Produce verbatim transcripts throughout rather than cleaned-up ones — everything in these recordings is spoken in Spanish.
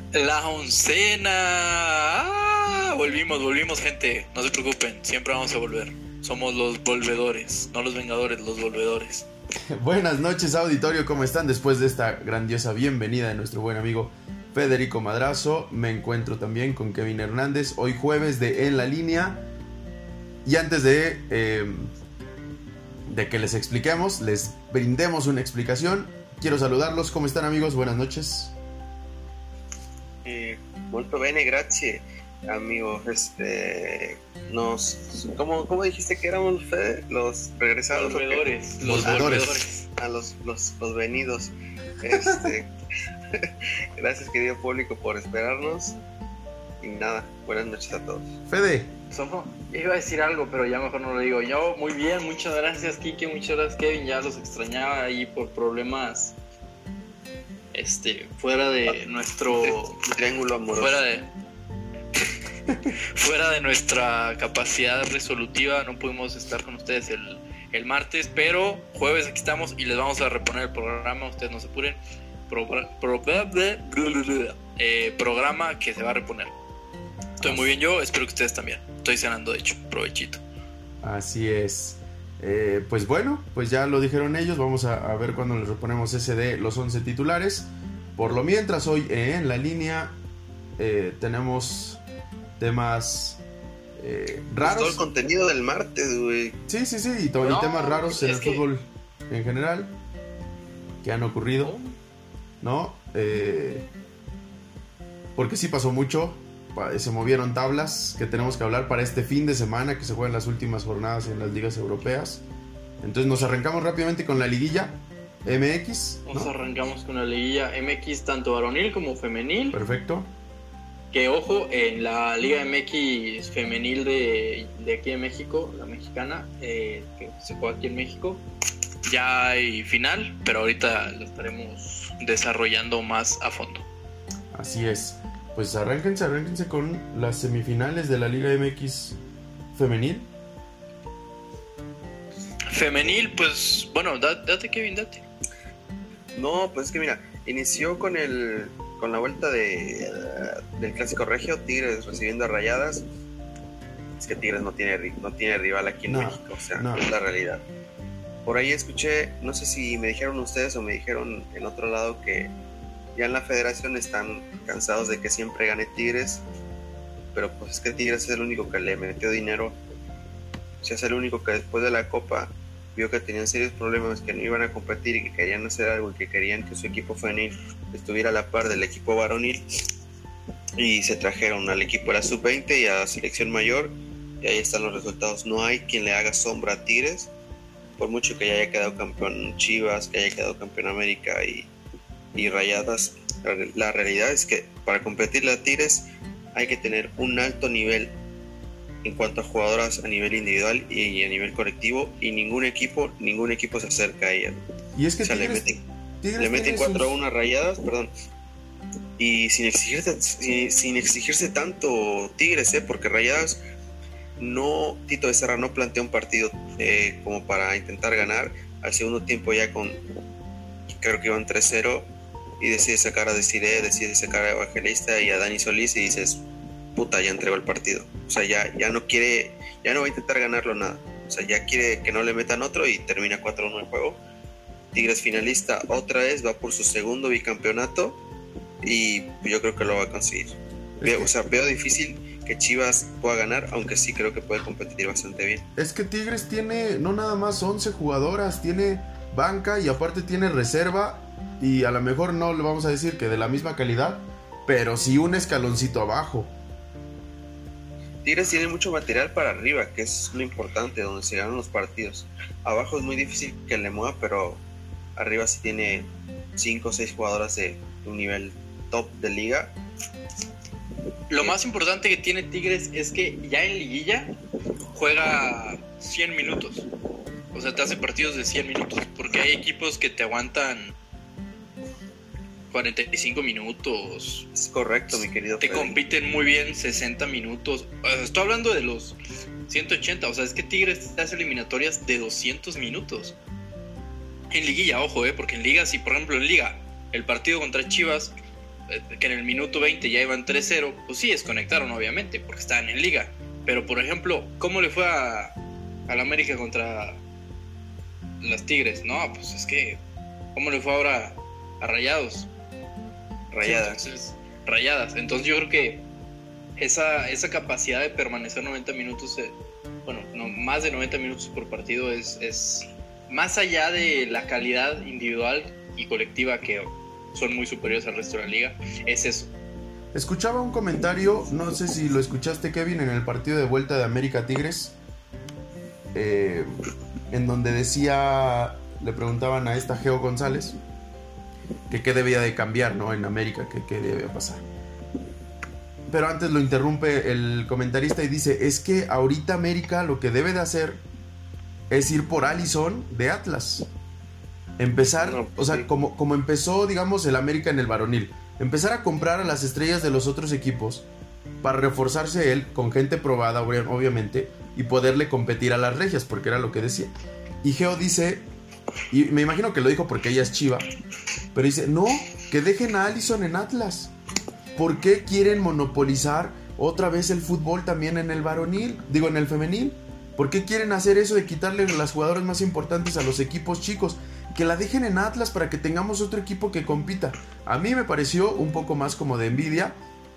La oncena. Ah, volvimos, volvimos, gente. No se preocupen, siempre vamos a volver. Somos los volvedores, no los vengadores, los volvedores. Buenas noches, auditorio, ¿cómo están? Después de esta grandiosa bienvenida de nuestro buen amigo Federico Madrazo, me encuentro también con Kevin Hernández, hoy jueves de En la Línea. Y antes de, eh, de que les expliquemos, les brindemos una explicación, quiero saludarlos. ¿Cómo están, amigos? Buenas noches. Eh, molto bene, grazie, amigos. Este, nos, ¿cómo, cómo dijiste que éramos, Fede? Los regresados. Volvedores, Los volvedores. A los, los, los venidos. Este, gracias, querido público, por esperarnos. Y nada, buenas noches a todos. Fede. Somos, iba a decir algo, pero ya mejor no lo digo. Yo, muy bien, muchas gracias, Kike, muchas gracias, Kevin. Ya los extrañaba ahí por problemas este fuera de nuestro El triángulo amoroso. fuera de fuera de nuestra capacidad resolutiva. No pudimos estar con ustedes el, el martes, pero jueves aquí estamos y les vamos a reponer el programa. Ustedes no se apuren. Pro, pro, eh, programa que se va a reponer. Estoy muy bien yo, espero que ustedes también. Estoy cenando, de hecho, provechito. Así es. Eh, pues bueno, pues ya lo dijeron ellos. Vamos a, a ver cuándo les reponemos ese de los once titulares. Por lo mientras, hoy eh, en la línea eh, tenemos temas eh, raros. Todo el contenido del martes, güey. Sí, sí, sí, y, to- y No, temas raros en es el que- fútbol en general que han ocurrido, ¿no? Eh, porque sí pasó mucho. Se movieron tablas que tenemos que hablar para este fin de semana que se juegan las últimas jornadas en las ligas europeas. Entonces nos arrancamos rápidamente con la liguilla M X, Nos ¿no? arrancamos con la liguilla M X, tanto varonil como femenil. Perfecto. Que ojo, en la Liga M X femenil de, de aquí en México, la mexicana, eh, que se juega aquí en México, ya hay final, pero ahorita lo estaremos desarrollando más a fondo. Así es. Pues arránquense, arránquense con las semifinales de la Liga M X femenil. Femenil, pues, bueno, da- date Kevin, date. No, pues es que mira, inició con el con la vuelta de, eh, del clásico regio, Tigres recibiendo a Rayadas. Es que Tigres no tiene ri- no tiene rival aquí en No, México, o sea, no. es la realidad. Por ahí escuché, no sé si me dijeron ustedes o me dijeron en otro lado que ya en la federación están cansados de que siempre gane Tigres, pero pues es que Tigres es el único que le metió dinero. O sea, es el único que después de la Copa vio que tenían serios problemas, que no iban a competir y que querían hacer algo y que querían que su equipo femenil estuviera a la par del equipo varonil, y se trajeron al equipo de la sub veinte y a la selección mayor, y ahí están los resultados. No hay quien le haga sombra a Tigres, por mucho que ya haya quedado campeón Chivas, que haya quedado campeón América y, y Rayadas. La, la realidad es que para competirle a Tigres hay que tener un alto nivel en cuanto a jugadoras a nivel individual y a nivel colectivo, y ningún equipo ningún equipo se acerca a ella. Y es que O sea, Tigres, le meten, Tigres le meten tiene cuatro a sus- uno a Rayadas, perdón, y sin exigirse, sin, sin exigirse tanto Tigres, ¿eh? Porque Rayadas no, Tito Becerra no plantea un partido eh, como para intentar ganar. Al segundo tiempo ya con, creo que iban tres cero, y decide sacar a Desiree, decide sacar a Evangelista y a Dani Solís, y dices, puta, ya entregó el partido. O sea, ya, ya no quiere, ya no va a intentar ganarlo nada. O sea, ya quiere que no le metan otro y termina cuatro uno el juego. Tigres finalista otra vez, va por su segundo bicampeonato y yo creo que lo va a conseguir. Veo, o sea, veo difícil que Chivas pueda ganar, aunque sí creo que puede competir bastante bien. Es que Tigres tiene no nada más once jugadoras, tiene banca y aparte tiene reserva, y a lo mejor no le vamos a decir que de la misma calidad, pero sí un escaloncito abajo. Tigres tiene mucho material para arriba, que es lo importante, donde se ganan los partidos. Abajo es muy difícil que le mueva, pero arriba sí tiene cinco o seis jugadoras de un nivel top de liga. Lo más importante que tiene Tigres es que ya en liguilla juega cien minutos. O sea, te hace partidos de cien minutos. Porque hay equipos que te aguantan cuarenta y cinco minutos. Es correcto, mi querido Te Freddy. compiten muy bien sesenta minutos. O sea, estoy hablando de los ciento ochenta. O sea, es que Tigres te hace eliminatorias de doscientos minutos. En liguilla, ojo, eh, porque en liga, si por ejemplo en liga el partido contra Chivas que en el minuto veinte ya iban tres cero, pues sí, desconectaron obviamente, porque estaban en liga. Pero, por ejemplo, ¿cómo le fue a, a la América contra las Tigres? No, pues es que, ¿cómo le fue ahora a Rayados? Rayadas. Sí, entonces, rayadas. Entonces yo creo que esa, esa capacidad de permanecer noventa minutos, eh, bueno, no, más de noventa minutos por partido es, es más allá de la calidad individual y colectiva que son muy superiores al resto de la liga, es eso. Escuchaba un comentario, no sé si lo escuchaste, Kevin, en el partido de vuelta de América Tigres, eh, en donde decía, le preguntaban a esta Geo González que qué debía de cambiar, ¿no? En América, que qué debía pasar. Pero antes lo interrumpe el comentarista y dice, es que ahorita América lo que debe de hacer es ir por Alisson de Atlas. Empezar, No, o sea, sí. como, como empezó, digamos, el América en el varonil. Empezar a comprar a las estrellas de los otros equipos para reforzarse él con gente probada, obviamente, y poderle competir a las regias, porque era lo que decía. Y Geo dice, y me imagino que lo dijo porque ella es chiva, pero dice, no, que dejen a Alisson en Atlas. ¿Por qué quieren monopolizar otra vez el fútbol también en el varonil? Digo, en el femenil. ¿Por qué quieren hacer eso de quitarle las jugadoras más importantes a los equipos chicos? Que la dejen en Atlas para que tengamos otro equipo que compita. A mí me pareció un poco más como de envidia.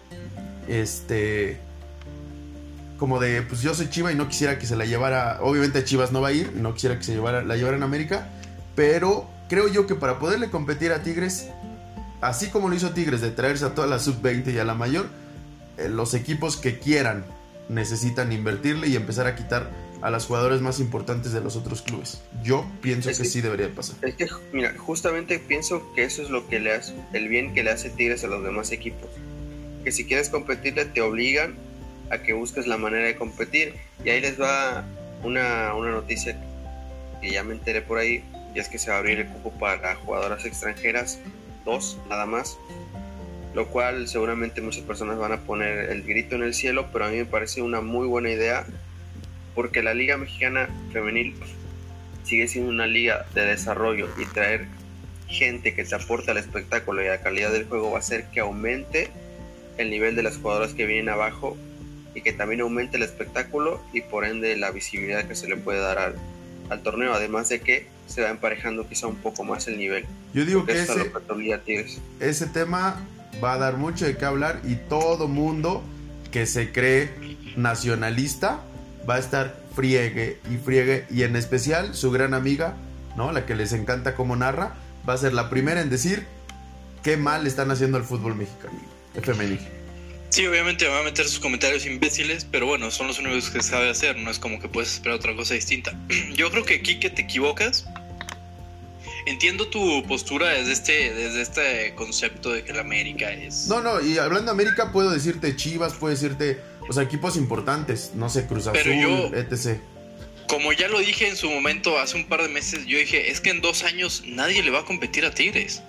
Este... Como de, pues yo soy Chiva y no quisiera que se la llevara... Obviamente a Chivas no va a ir, no quisiera que se llevara, la llevara en América. Pero creo yo que para poderle competir a Tigres, así como lo hizo Tigres de traerse a toda la sub veinte y a la mayor, eh, los equipos que quieran necesitan invertirle y empezar a quitar a las jugadoras más importantes de los otros clubes. Yo pienso es que, que sí debería pasar. Es que, mira, justamente pienso que eso es lo que le hace, el bien que le hace Tigres a los demás equipos. Que si quieres competirle, te obligan a que busques la manera de competir. Y ahí les va una, una noticia que ya me enteré por ahí, y es que se va a abrir el cupo para jugadoras extranjeras, dos nada más, lo cual seguramente muchas personas van a poner el grito en el cielo, pero a mí me parece una muy buena idea, porque la Liga Mexicana Femenil sigue siendo una liga de desarrollo, y traer gente que te aporta al espectáculo y a la calidad del juego va a hacer que aumente el nivel de las jugadoras que vienen abajo, y que también aumente el espectáculo y por ende la visibilidad que se le puede dar al, al torneo, además de que se va emparejando quizá un poco más el nivel. Yo digo Porque que eso ese, es lo que te obliga a Tigres. ese tema va a dar mucho de qué hablar, y todo mundo que se cree nacionalista va a estar friegue y friegue, y en especial su gran amiga, ¿no? La que les encanta cómo narra, va a ser la primera en decir qué mal están haciendo el fútbol mexicano, el femenil. Sí, obviamente va a meter sus comentarios imbéciles, pero bueno, son los únicos que sabe hacer, no es como que puedes esperar otra cosa distinta. Yo creo que aquí que te equivocas. Entiendo tu postura desde este, desde este concepto de que la América es... No, no, y hablando de América, puedo decirte Chivas, puedo decirte, o sea, equipos importantes, no sé, Cruz Azul, Pero yo- etcétera. Como ya lo dije en su momento, hace un par de meses, yo dije, es que en dos años nadie le va a competir a Tigres.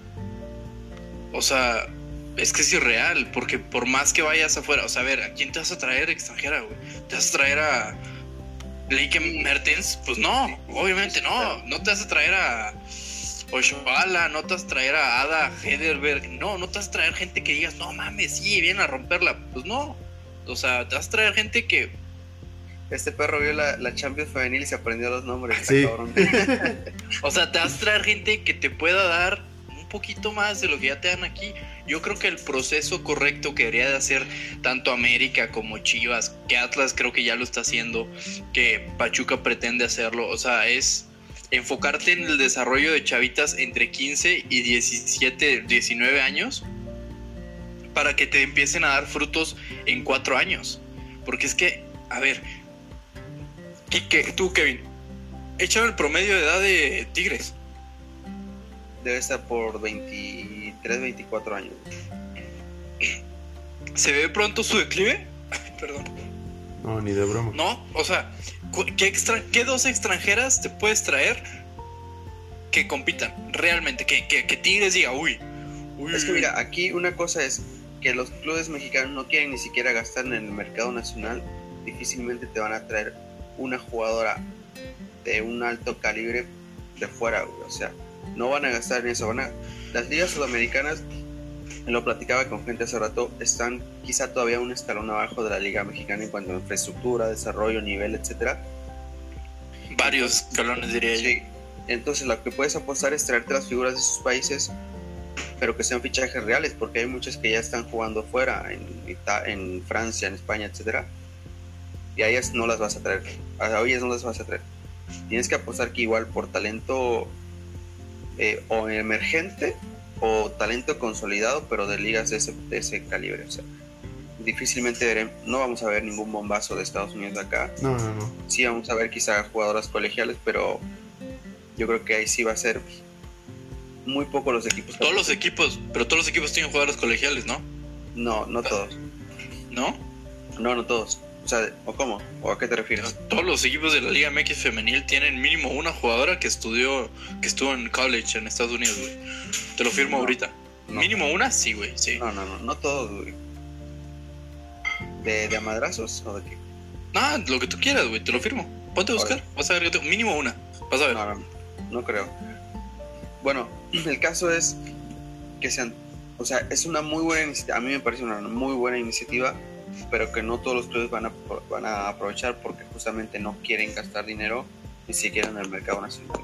O sea, es que es irreal, porque por más que vayas afuera, o sea, a ver, ¿a quién te vas a traer extranjera, güey? ¿Te vas a traer a Leiken Mertens? Pues no, obviamente no. No te vas a traer a Oshoala, no te vas a traer a Ada Hederberg, no, no te vas a traer gente que digas, no mames, sí, vienen a romperla. Pues no, o sea, te vas a traer gente que... Este perro vio la, la Champions femenil y se aprendió los nombres. Sí. Cabrón. O sea, te vas a traer gente que te pueda dar un poquito más de lo que ya te dan aquí. Yo creo que el proceso correcto que debería de hacer tanto América como Chivas, que Atlas creo que ya lo está haciendo, que Pachuca pretende hacerlo, o sea, es enfocarte en el desarrollo de chavitas entre quince y diecisiete, diecinueve años para que te empiecen a dar frutos en cuatro años. Porque es que, a ver, Quique, tú, Kevin, échame el promedio de edad de Tigres. Debe estar por veintitrés, veinticuatro años. ¿Se ve pronto su declive? Ay, perdón. No, ni de broma. No, o sea, ¿qué, extra, ¿qué dos extranjeras te puedes traer que compitan realmente? Que, que, que Tigres diga, uy, uy. Es que mira, aquí una cosa es que los clubes mexicanos no quieren ni siquiera gastar en el mercado nacional. Difícilmente te van a traer una jugadora de un alto calibre de fuera, güey. O sea, no van a gastar en eso. Van a... Las ligas sudamericanas lo platicaba con gente hace rato, están quizá todavía un escalón abajo de la Liga Mexicana en cuanto a infraestructura, desarrollo, nivel, etcétera. Varios escalones, diría yo. Sí. Entonces lo que puedes apostar es traerte las figuras de esos países, pero que sean fichajes reales, porque hay muchas que ya están jugando fuera, en, Ita- en Francia, en España, etcétera. Y a ellas no las vas a traer, a ellas no las vas a traer. Tienes que apostar que igual por talento eh, o emergente o talento consolidado, pero de ligas de ese, de ese calibre. O sea, difícilmente veremos, no vamos a ver ningún bombazo de Estados Unidos de acá. No, no, no. Sí vamos a ver quizá jugadoras colegiales, pero yo creo que ahí sí va a ser muy poco los equipos. Todos los equipos, pero todos los equipos tienen jugadores colegiales, ¿no? No, no todos. ¿No? No, no todos. O sea, ¿o cómo? ¿O a qué te refieres? Todos los equipos de la Liga M X femenil tienen mínimo una jugadora que estudió, que estuvo en college en Estados Unidos, güey. Te lo firmo No, ahorita. no. Mínimo una, sí, güey, sí. No, no, no, no todos, güey. ¿De, de a madrazos o de qué? No, lo que tú quieras, güey, te lo firmo. Ponte a buscar, Órale. vas a ver que tengo mínimo una. Vas a ver. No, no, no creo. Bueno, el caso es que sean, o sea, es una muy buena iniciativa, a mí me parece una muy buena iniciativa, pero que no todos los clubes van a, van a aprovechar porque justamente no quieren gastar dinero ni siquiera en el mercado nacional.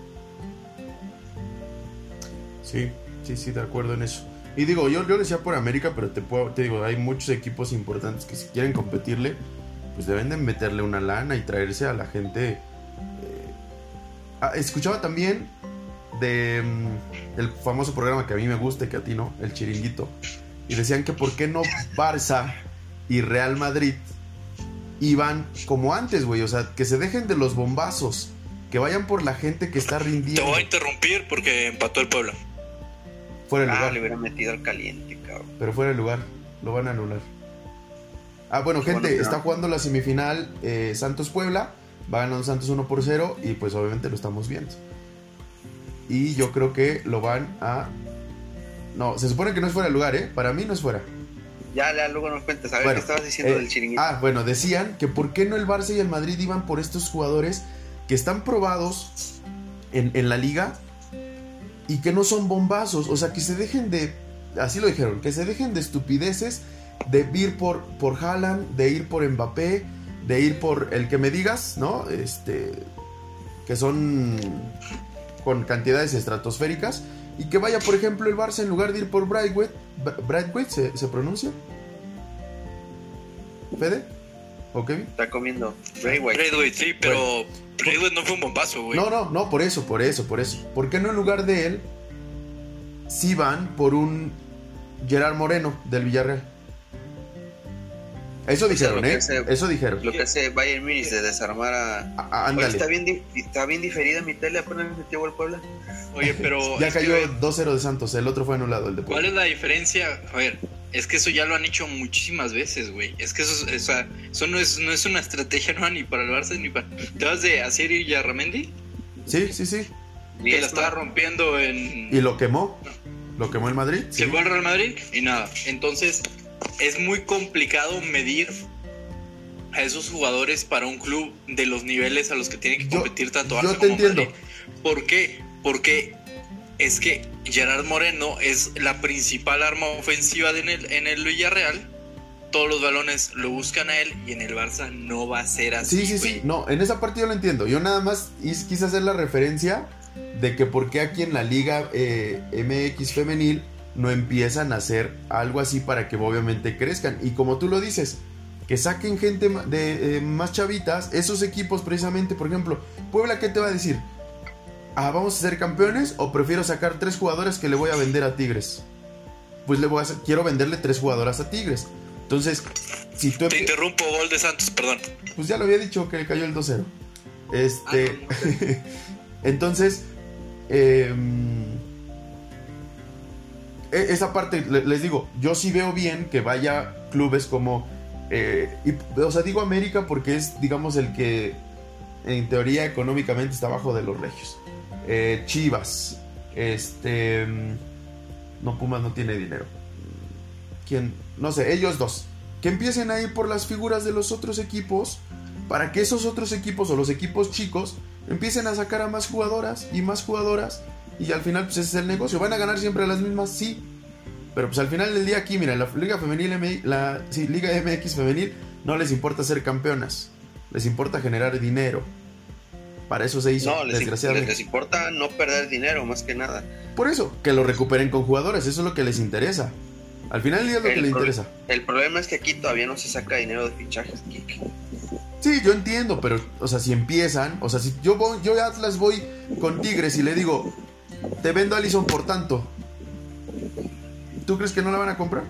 Sí, sí, sí, de acuerdo en eso. Y digo, yo, yo decía por América, pero te puedo, te digo, hay muchos equipos importantes que si quieren competirle, pues deben de meterle una lana y traerse a la gente. Eh... Ah, escuchaba también de mm, el famoso programa que a mí me gusta y que a ti no, El Chiringuito, y decían que por qué no Barça y Real Madrid iban como antes, güey, o sea, que se dejen de los bombazos, que vayan por la gente que está rindiendo. Te voy a interrumpir porque empató el Puebla. Fuera de Ah, lugar. le hubieran metido al caliente, cabrón. Pero fuera de lugar, lo van a anular. Ah, bueno, gente, Bueno, pero- está jugando la semifinal eh, Santos-Puebla. Va ganando Santos uno por cero y pues obviamente lo estamos viendo. Y yo creo que lo van a... No, se supone que no es fuera de lugar, ¿eh? Para mí no es fuera. Ya, ya, luego nos cuentas. A ver, Bueno, ¿qué estabas diciendo eh, del chiringuito? Ah, bueno, decían que por qué no el Barça y el Madrid iban por estos jugadores que están probados en, en la liga y que no son bombazos. O sea, que se dejen de... Así lo dijeron, que se dejen de estupideces, de ir por, por Haaland, de ir por Mbappé, de ir por el que me digas, ¿no? Este... Que son con cantidades estratosféricas. Y que vaya, por ejemplo, el Barça en lugar de ir por Braithwaite. ¿Braithwaite se, se pronuncia? ¿Fede? ¿O Kevin? Está comiendo Braithwaite. Braithwaite, sí, pero Braithwaite no fue un bombazo, güey. No, no, no, por eso, por eso, por eso. ¿Por qué no en lugar de él sí van por un Gerard Moreno del Villarreal? Eso dijeron, lo que ¿eh? hace- Eso dijeron. Lo que hace Bayern Munich de desarmar a... Ah, ah, Oye, ándale. está bien, di- está bien diferida mi tele, apenas metió gol Puebla. Oye, pero... Ya es que, cayó güey, dos cero de Santos, el otro fue anulado, el de ¿cuál Puebla. es la diferencia? A ver, es que eso ya lo han hecho muchísimas veces, güey. Es que eso, es- o sea, eso no es, no es una estrategia nueva ni para el Barça ni para... ¿Te vas de Asier y Yarramendi? Sí, sí, sí. Y Que la es estaba más, rompiendo en... Y lo quemó. Lo quemó el Madrid. Se Sí. fue al Real Madrid y nada. Entonces, es muy complicado medir a esos jugadores para un club de los niveles a los que tiene que Yo- competir tanto yo Barça te como entiendo. Madrid. ¿Por qué? Porque es que Gerard Moreno es la principal arma ofensiva de en, el, en el Villarreal. Todos los balones lo buscan a él y en el Barça no va a ser así. Sí, sí, güey. sí. No, en esa parte yo lo entiendo. Yo nada más is- quise hacer la referencia de que por qué aquí en la liga eh, M X femenil no empiezan a hacer algo así para que obviamente crezcan. Y como tú lo dices, que saquen gente ma- de eh, más chavitas, esos equipos precisamente, por ejemplo, Puebla, ¿qué te va a decir? Ah, ¿vamos a ser campeones o prefiero sacar tres jugadoras que le voy a vender a Tigres? Pues le voy a hacer- quiero venderle tres jugadoras a Tigres. Entonces, si tú Te empie- interrumpo, gol de Santos, perdón. pues ya lo había dicho que cayó el dos cero. Este. Entonces. eh, e- esa parte, le- les digo, yo sí veo bien que vaya clubes como. eh, y, o sea, digo América porque es, digamos, el que en teoría económicamente está abajo de los regios. Eh, Chivas. Este. No, Pumas no tiene dinero. ¿Quién? No sé, ellos dos. Que empiecen a ir por las figuras de los otros equipos para que esos otros equipos o los equipos chicos empiecen a sacar a más jugadoras y más jugadoras y al final pues ese es el negocio. ¿Van a ganar siempre las mismas? Sí, Pero pues al final del día aquí, mira, la Liga Femenil, M- la sí, Liga M X Femenil no les importa ser campeonas, les importa generar dinero. Para eso se hizo, No, les, desgraciadamente. les importa no perder dinero, más que nada. Por eso, que lo recuperen con jugadores, eso es lo que les interesa. Al final del día es lo El que les pro- interesa. El problema es que aquí todavía no se saca dinero de fichajes, Kike. Sí, yo entiendo, pero, o sea, si empiezan, o sea, si yo voy, yo Atlas voy con Tigres y le digo, te vendo a Alisson por tanto, ¿tú crees que no la van a comprar?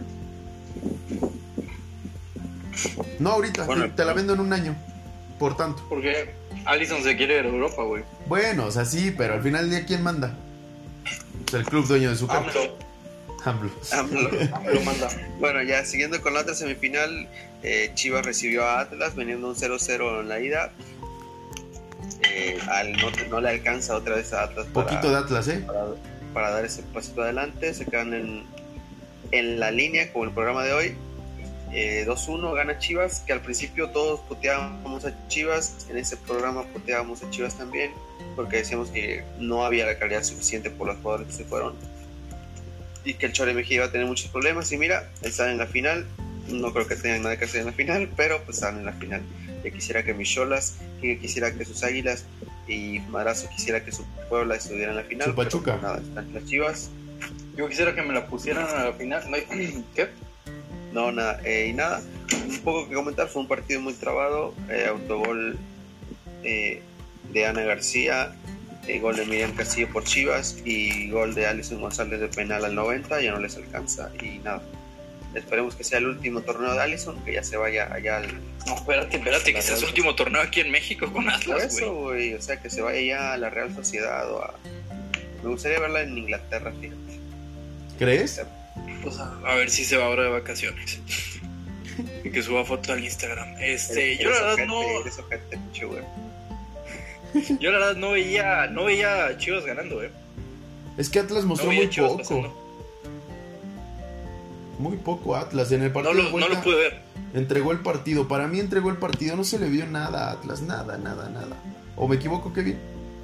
No, ahorita, Bueno, te, te la vendo en un año, por tanto. Porque Alisson se quiere ir a Europa, güey. Bueno, o sea, sí, pero al final del día, ¿quién manda? Pues el club dueño de su campo. AMLO. AMLO. AMLO. AMLO manda. Bueno, ya siguiendo con la otra semifinal, eh, Chivas recibió a Atlas veniendo un cero cero en la ida. Eh, al, no, no le alcanza otra vez a Atlas para, Poquito de Atlas, ¿eh? para, para dar ese pasito adelante. Se quedan en, en la línea como el programa de hoy. Eh, dos uno gana Chivas, que al principio todos puteábamos a Chivas. En ese programa puteábamos a Chivas también, porque decíamos que no había la calidad suficiente por los jugadores que se fueron y que el Chore Mejía iba a tener muchos problemas. Y mira, están en la final. No creo que tengan nada que hacer en la final, pero pues están en la final. Ya quisiera que mis Cholas, que quisiera que sus Águilas y Madrazo quisiera que su Puebla estuviera en la final. Su Pachuca. Pero, pues, nada, están las Chivas. Yo quisiera que me la pusieran a la final. No hay- ¿Qué? No, nada, eh, y nada, un poco que comentar, fue un partido muy trabado, eh, autogol eh, de Ana García, eh, gol de Miriam Castillo por Chivas y gol de Alison González de penal al noventa, ya no les alcanza y nada. Esperemos que sea el último torneo de Alison, que ya se vaya allá al... No, espérate, espérate, que sea su último torneo aquí en México con Por Atlas, eso, güey. güey, o sea, que se vaya ya a la Real Sociedad o a... Me gustaría verla en Inglaterra, fíjate. ¿Crees? Pues a, a ver si se va ahora de vacaciones. Y que suba foto al Instagram. Este, yo la verdad Eres no, ojete, eres ojete, pinche güey. yo la verdad no veía, no veía a Chivas ganando, eh. Es que Atlas No mostró veía muy a Chivas poco. pasando. Muy poco Atlas. En el No partido lo, de no vuelta lo pude ver. entregó el partido. Para mí entregó el partido. No se le vio nada a Atlas. Nada, nada, nada. ¿O me equivoco, Kevin?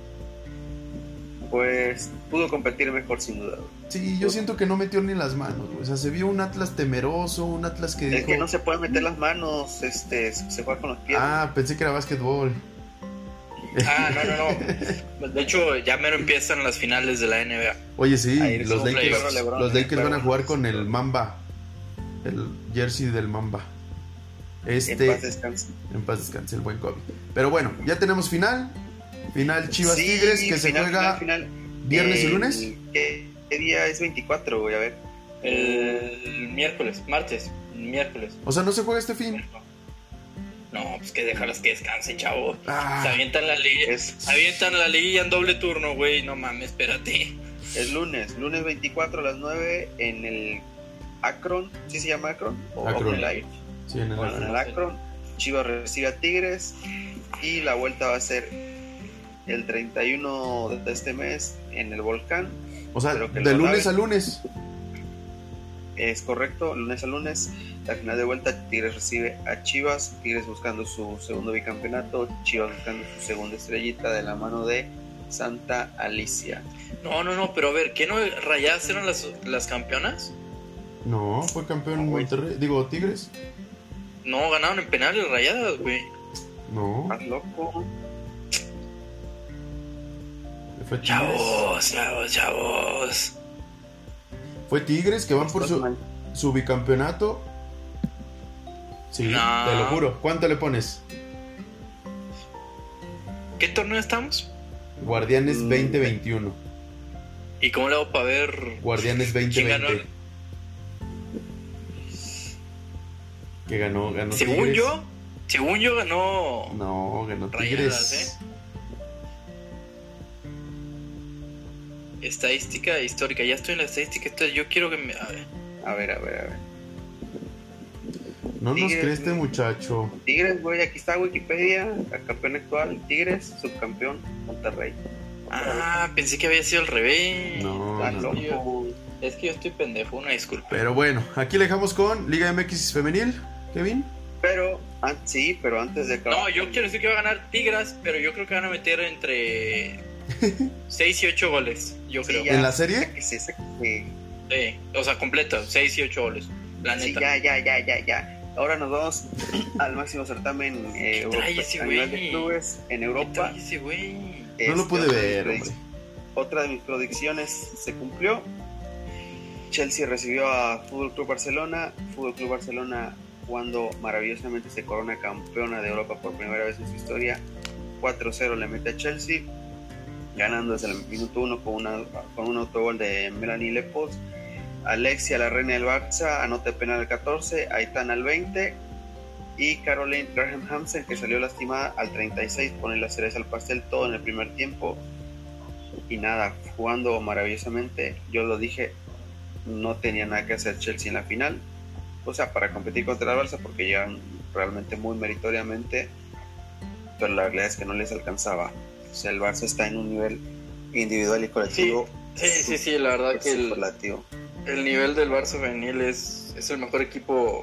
Pues pudo competir mejor sin duda. Sí, yo siento que no metió ni las manos, güey. O sea, se vio un Atlas temeroso, un Atlas que Es dijo... que no se pueden meter las manos, este, se juega con los pies. Ah, pensé que era básquetbol. Ah, no, no, no. De hecho, ya mero empiezan las finales de la N B A. Oye, sí, Ahí los estuvo Lakers, Lebron, Lebron, los Lakers van a Lebron. jugar con el Mamba. El jersey del Mamba. En Este... paz descanse. En paz descanse el buen Kobe. Pero bueno, ya tenemos final. Final Chivas Sí, Tigres, que se final, juega final, final. viernes y El- lunes. ¿Qué, qué día es veinticuatro? Voy a ver. El miércoles, martes, miércoles. O sea, no se juega este fin. No, pues que déjalas que descansen, chavo. Ah, Se avientan la liga, Es, se avientan la liguilla en doble turno, güey. No mames, espérate. es lunes, lunes veinticuatro a las nueve en el Akron. ¿Sí se llama Akron? ¿O Akron. Open Life? sí, en el- Bueno, en el Akron. Chivas recibe a Tigres y la vuelta va a ser el treinta y uno de este mes en el Volcán. o sea, pero que de lo lunes laven. a lunes. Es correcto, lunes a lunes. La final de vuelta, Tigres recibe a Chivas. Tigres buscando su segundo bicampeonato. Chivas buscando su segunda estrellita de la mano de Santa Alicia. No, no, no, pero a ver, ¿qué no Rayadas eran las, las campeonas? No, fue campeón No, güey. Monterrey. Digo, Tigres. No, ganaron en penales Rayadas, güey. No, Más loco. fue Tigres. Chavos, chavos, chavos. Fue Tigres que van por Estás su, mal. su bicampeonato. Sí, No. te lo juro. ¿Cuánto le pones? ¿Qué torneo estamos? Guardianes Mm. veinte veintiuno. ¿Y cómo le hago para ver? Guardianes veinte ¿Quién ganó? veinte. Que ganó, ganó Según Tigres. yo, según yo ganó No, ganó Rayadas, Tigres. ¿eh? Estadística histórica. Ya estoy en la estadística. Esto- Yo quiero que me... A ver. A ver, a ver, a ver. No nos Tigres, cree este güey. muchacho. Tigres, güey, aquí está Wikipedia. El campeón actual, Tigres, subcampeón, Monterrey. Ah, pensé que había sido al revés. No, Está no, no. loco. Es que yo estoy pendejo, una disculpa. Pero bueno, aquí le dejamos con Liga M X Femenil, Kevin. Pero, an- sí, pero antes de acabar. No, yo quiero decir que va a ganar Tigres, pero yo creo que van a meter entre seis y ocho goles. Yo Sí, creo. ya. ¿En la serie? Sáquese, sáquese. Sí, o sea, completo, seis y ocho goles. La Sí, neta. ya, ya, ya, ya, ya. Ahora nos vamos al máximo certamen eh, Europa, ese a nivel de güey? clubes en ¿Qué Europa. trae ese güey? No lo Este, pude otra de ver, mis hombre. predic- Otra de mis predicciones se cumplió. Chelsea recibió a Fútbol Club Barcelona. Fútbol Club Barcelona, jugando maravillosamente, se corona campeona de Europa por primera vez en su historia. cuatro cero le mete a Chelsea, ganando desde el minuto uno con, una, con un autogol de Melanie Lepos. Alexia, la reina del Barça, anota penal al catorce, Aitana al veinte y Caroline Graham Hansen, que salió lastimada, al treinta y seis, pone la cereza al pastel, todo en el primer tiempo. Y nada, jugando maravillosamente. Yo lo dije, no tenía nada que hacer Chelsea en la final, o sea, para competir contra el Barça, porque llegan realmente muy meritoriamente, pero la realidad es que no les alcanzaba. O sea, el Barça está en un nivel individual y colectivo. Sí, sí, sí, la verdad que el, superlativo. el nivel del Barça femenil es, es el mejor equipo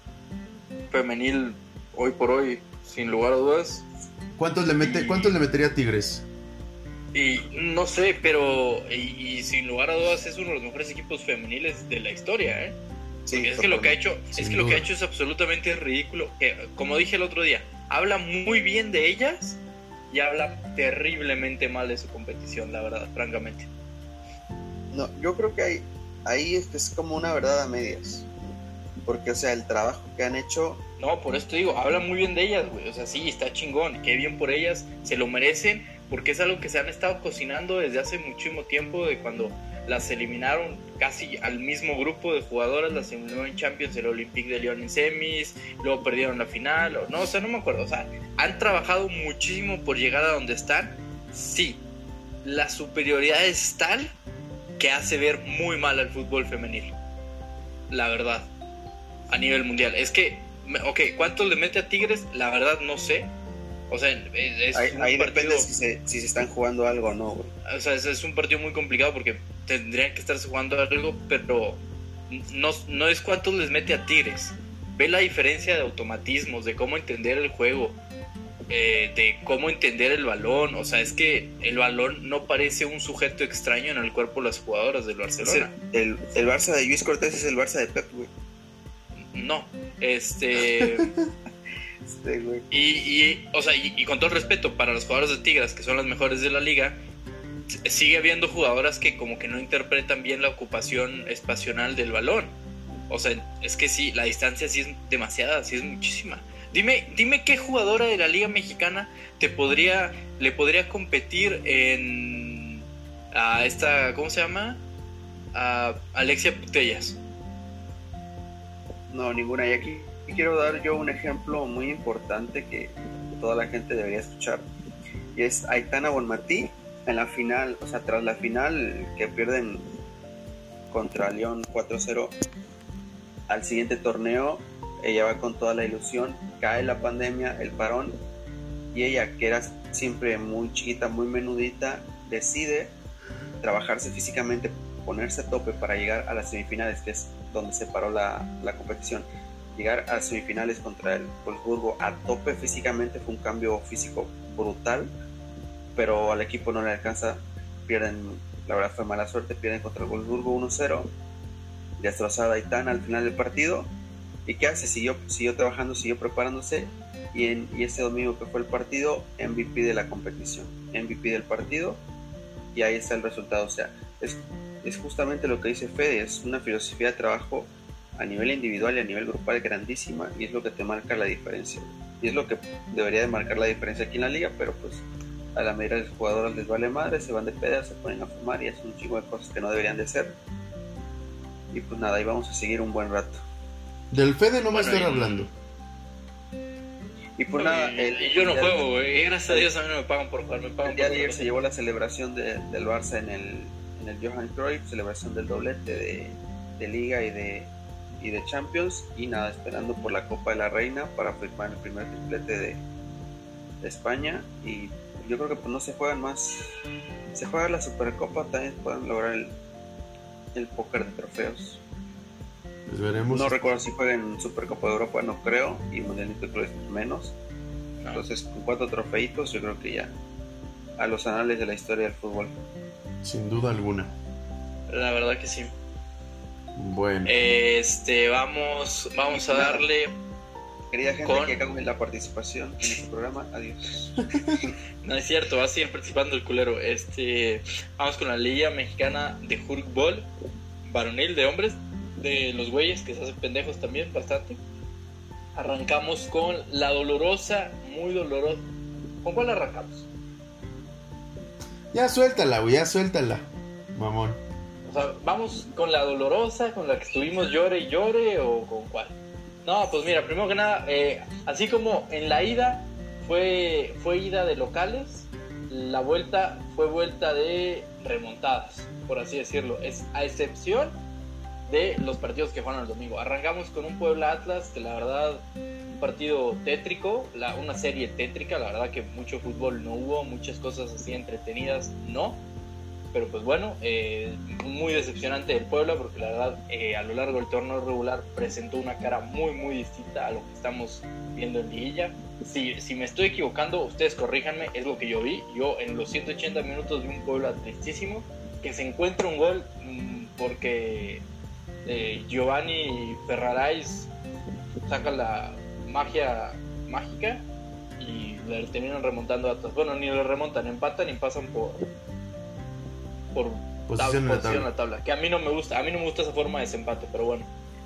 femenil hoy por hoy, sin lugar a dudas. ¿Cuántos le, mete, Y- ¿cuántos le metería a Tigres? Y no sé, pero y, y sin lugar a dudas es uno de los mejores equipos femeniles de la historia, ¿eh? Sí, Porque es que lo que ha hecho, Sin es que lo que duda. ha hecho es absolutamente ridículo. Que, como dije el otro día, habla muy bien de ellas y habla terriblemente mal de su competición, la verdad, francamente. No, yo creo que hay, ahí es, que es como una verdad a medias. Porque, o sea, el trabajo que han hecho, No, por eso te digo, habla muy bien de ellas, güey. O sea, sí, está chingón, qué bien por ellas, se lo merecen, porque es algo que se han estado cocinando desde hace muchísimo tiempo, de cuando las eliminaron casi al mismo grupo de jugadoras, las eliminó en Champions el Olympique de Lyon en semis, luego perdieron la final, o, no, o sea, no me acuerdo, o sea, han trabajado muchísimo por llegar a donde están. Sí, la superioridad es tal que hace ver muy mal al fútbol femenil, la verdad, a nivel mundial. Es que, ok, ¿cuántos le mete a Tigres? La verdad no sé. O sea, es, es ahí, un ahí partido, depende si se, si se están jugando algo o no, güey. o sea, es, es un partido muy complicado porque tendrían que estarse jugando algo, pero no, no es cuántos les mete a Tigres. Ve la diferencia de automatismos, de cómo entender el juego, eh, de cómo entender el balón. O sea, es que el balón no parece un sujeto extraño en el cuerpo de las jugadoras del Es el, Barcelona. el, el Barça de Luis Cortés es el Barça de Pep, güey. No, este... Este, güey. Y, y, o sea, y, y con todo el respeto para los jugadores de Tigres, que son las mejores de la liga, s- sigue habiendo jugadoras que como que no interpretan bien la ocupación espacional del balón. O sea, es que sí, la distancia sí es demasiada, sí es muchísima. Dime, dime qué jugadora de la liga mexicana te podría, le podría competir en a esta, ¿cómo se llama? A Alexia Putellas. No, ninguna. Y aquí quiero dar yo un ejemplo muy importante que toda la gente debería escuchar. Y es Aitana Bonmatí en la final, o sea, tras la final que pierden contra León cuatro cero, al siguiente torneo ella va con toda la ilusión, cae la pandemia, el parón, y ella, que era siempre muy chiquita, muy menudita, decide trabajarse físicamente, ponerse a tope para llegar a las semifinales, que es donde se paró la, la competición. Llegar a las semifinales contra el Wolfsburgo a tope físicamente fue un cambio físico brutal, pero al equipo no le alcanza, pierden, la verdad fue mala suerte, pierden contra el Wolfsburgo uno cero, destrozada Aitana al final del partido. ¿Y qué hace? Siguió, siguió trabajando, siguió preparándose, y, en, y ese domingo que fue el partido, M V P de la competición, M V P del partido, y ahí está el resultado. O sea, es, es justamente lo que dice Fede, es una filosofía de trabajo a nivel individual y a nivel grupal grandísima, y es lo que te marca la diferencia, y es lo que debería de marcar la diferencia aquí en la liga, pero pues a la mayoría de los jugadores les vale madre, se van de peda, se ponen a fumar y hacen un chingo de cosas que no deberían de hacer. Y pues nada, ahí vamos a seguir un buen rato. Del Fede no me Bueno, estoy y- hablando. Y pues nada, Y- el, y yo no el- juego, güey. Gracias a Dios a mí no me pagan por jugar, me pagan el día por de ayer otra se llevó la celebración de, del Barça en el, en el Johan Cruyff, celebración del doblete de, de Liga y de, y de Champions, y nada, esperando por la Copa de la Reina para firmar el primer triplete de, de España. Y yo creo que pues no se juegan más, se juega la Supercopa, también pueden lograr el, el póker de trofeos. Pues veremos. No recuerdo si juegan Supercopa de Europa, no creo, y Mundialito de Clubes menos. No. Entonces, con cuatro trofeitos, yo creo que ya a los anales de la historia del fútbol. Sin duda alguna. La verdad que sí. Bueno. Este, vamos, vamos a darle. Querida gente Con- que acabe la participación en este programa, adiós. No es cierto, va a seguir participando el culero. Este, vamos con la Liga Mexicana de Hurkball, varonil de hombres, de los güeyes que se hacen pendejos también, bastante. Arrancamos con la dolorosa, muy dolorosa. ¿Con cuál arrancamos? Ya suéltala, güey, ya suéltala, mamón. O sea, ¿vamos con la dolorosa, con la que estuvimos llore y llore, o con cuál? No, pues mira, primero que nada, eh, así como en la ida fue, fue ida de locales, la vuelta fue vuelta de remontadas, por así decirlo. Es a excepción de los partidos que fueron el domingo. Arrancamos con un Puebla Atlas, que la verdad, un partido tétrico, la, una serie tétrica, la verdad que mucho fútbol no hubo, muchas cosas así entretenidas no. Pero pues bueno, eh, muy decepcionante del Puebla, porque la verdad eh, a lo largo del torneo regular presentó una cara muy muy distinta a lo que estamos viendo en liguilla. Si, si me estoy equivocando, ustedes corríjanme, es lo que yo vi. Yo en los ciento ochenta minutos vi un Puebla tristísimo, que se encuentra un gol mmm, porque eh, Giovanni Ferrarais saca la magia mágica y le terminan remontando a Atlas. Bueno, ni le remontan, empatan y pasan por por Posición en la posición tabla. en la tabla, que a mí no me gusta, a mí no me gusta esa forma de desempate, pero bueno,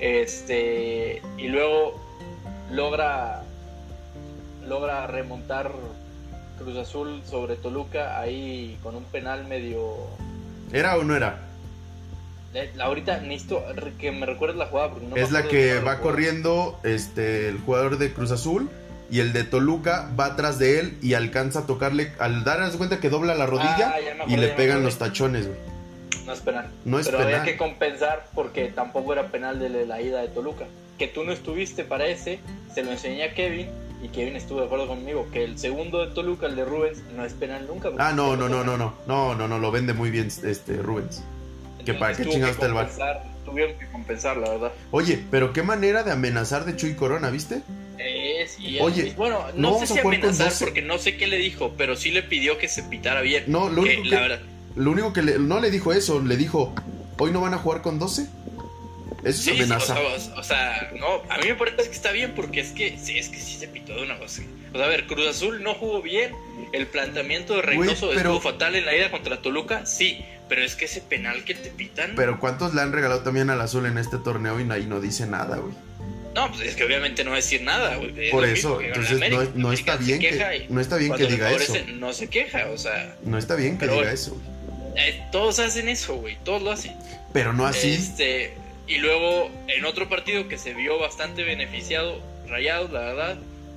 este, y luego logra logra remontar Cruz Azul sobre Toluca ahí con un penal medio. ¿Era o no era? eh, ahorita necesito que me recuerdes la jugada porque no me Es la acuerdo que de toda la va jugada. corriendo este, el jugador de Cruz Azul y el de Toluca va atrás de él y alcanza a tocarle, al darse cuenta que dobla la rodilla Ah, ya me y acordé, le ya me pegan acordé. los tachones, güey. No es penal. No es pero penal. había que compensar porque tampoco era penal de la ida de Toluca. Que tú no estuviste para ese, se lo enseñé a Kevin y Kevin estuvo de acuerdo conmigo que el segundo de Toluca, el de Rubens, no es penal nunca. porque Ah, no, se no, no, toca. no, no, no, no, no, lo vende muy bien este Rubens. Que para qué tuvo chingados que está el bar. compensar, Tuvieron que compensar, la verdad. Oye, pero qué manera de amenazar de Chuy Corona, ¿viste? Eh, sí, Oye, es- bueno, ¿no no vamos sé a si jugar con amenazar doce? porque no sé qué le dijo, pero sí le pidió que se pitara bien. No, lo que, único la que- verdad, Lo único que le, no le dijo eso, le dijo, ¿hoy no van a jugar con doce? Eso sí, es sí, amenaza. o, sea, o sea, no, a mí me parece que está bien porque es que sí, es que sí se pitó de una cosa. O sea, a ver, Cruz Azul no jugó bien, el planteamiento de Reynoso Güey, pero- estuvo fatal en la ida contra Toluca, sí, pero es que ese penal que te pitan, Pero ¿cuántos le han regalado también al Azul en este torneo y ahí no dice nada, güey? no, pues es que obviamente no va a decir nada, güey. Es Por lo eso, mismo que con entonces no, América. no está América se bien queja que, y no está bien que cuando le diga eso. favorece, no se queja, o sea, No está bien que Pero diga bueno. eso, güey. eh, todos hacen eso, güey, todos lo hacen. Pero no así. Este, y luego en otro partido que se vio bastante beneficiado, Rayados, la verdad,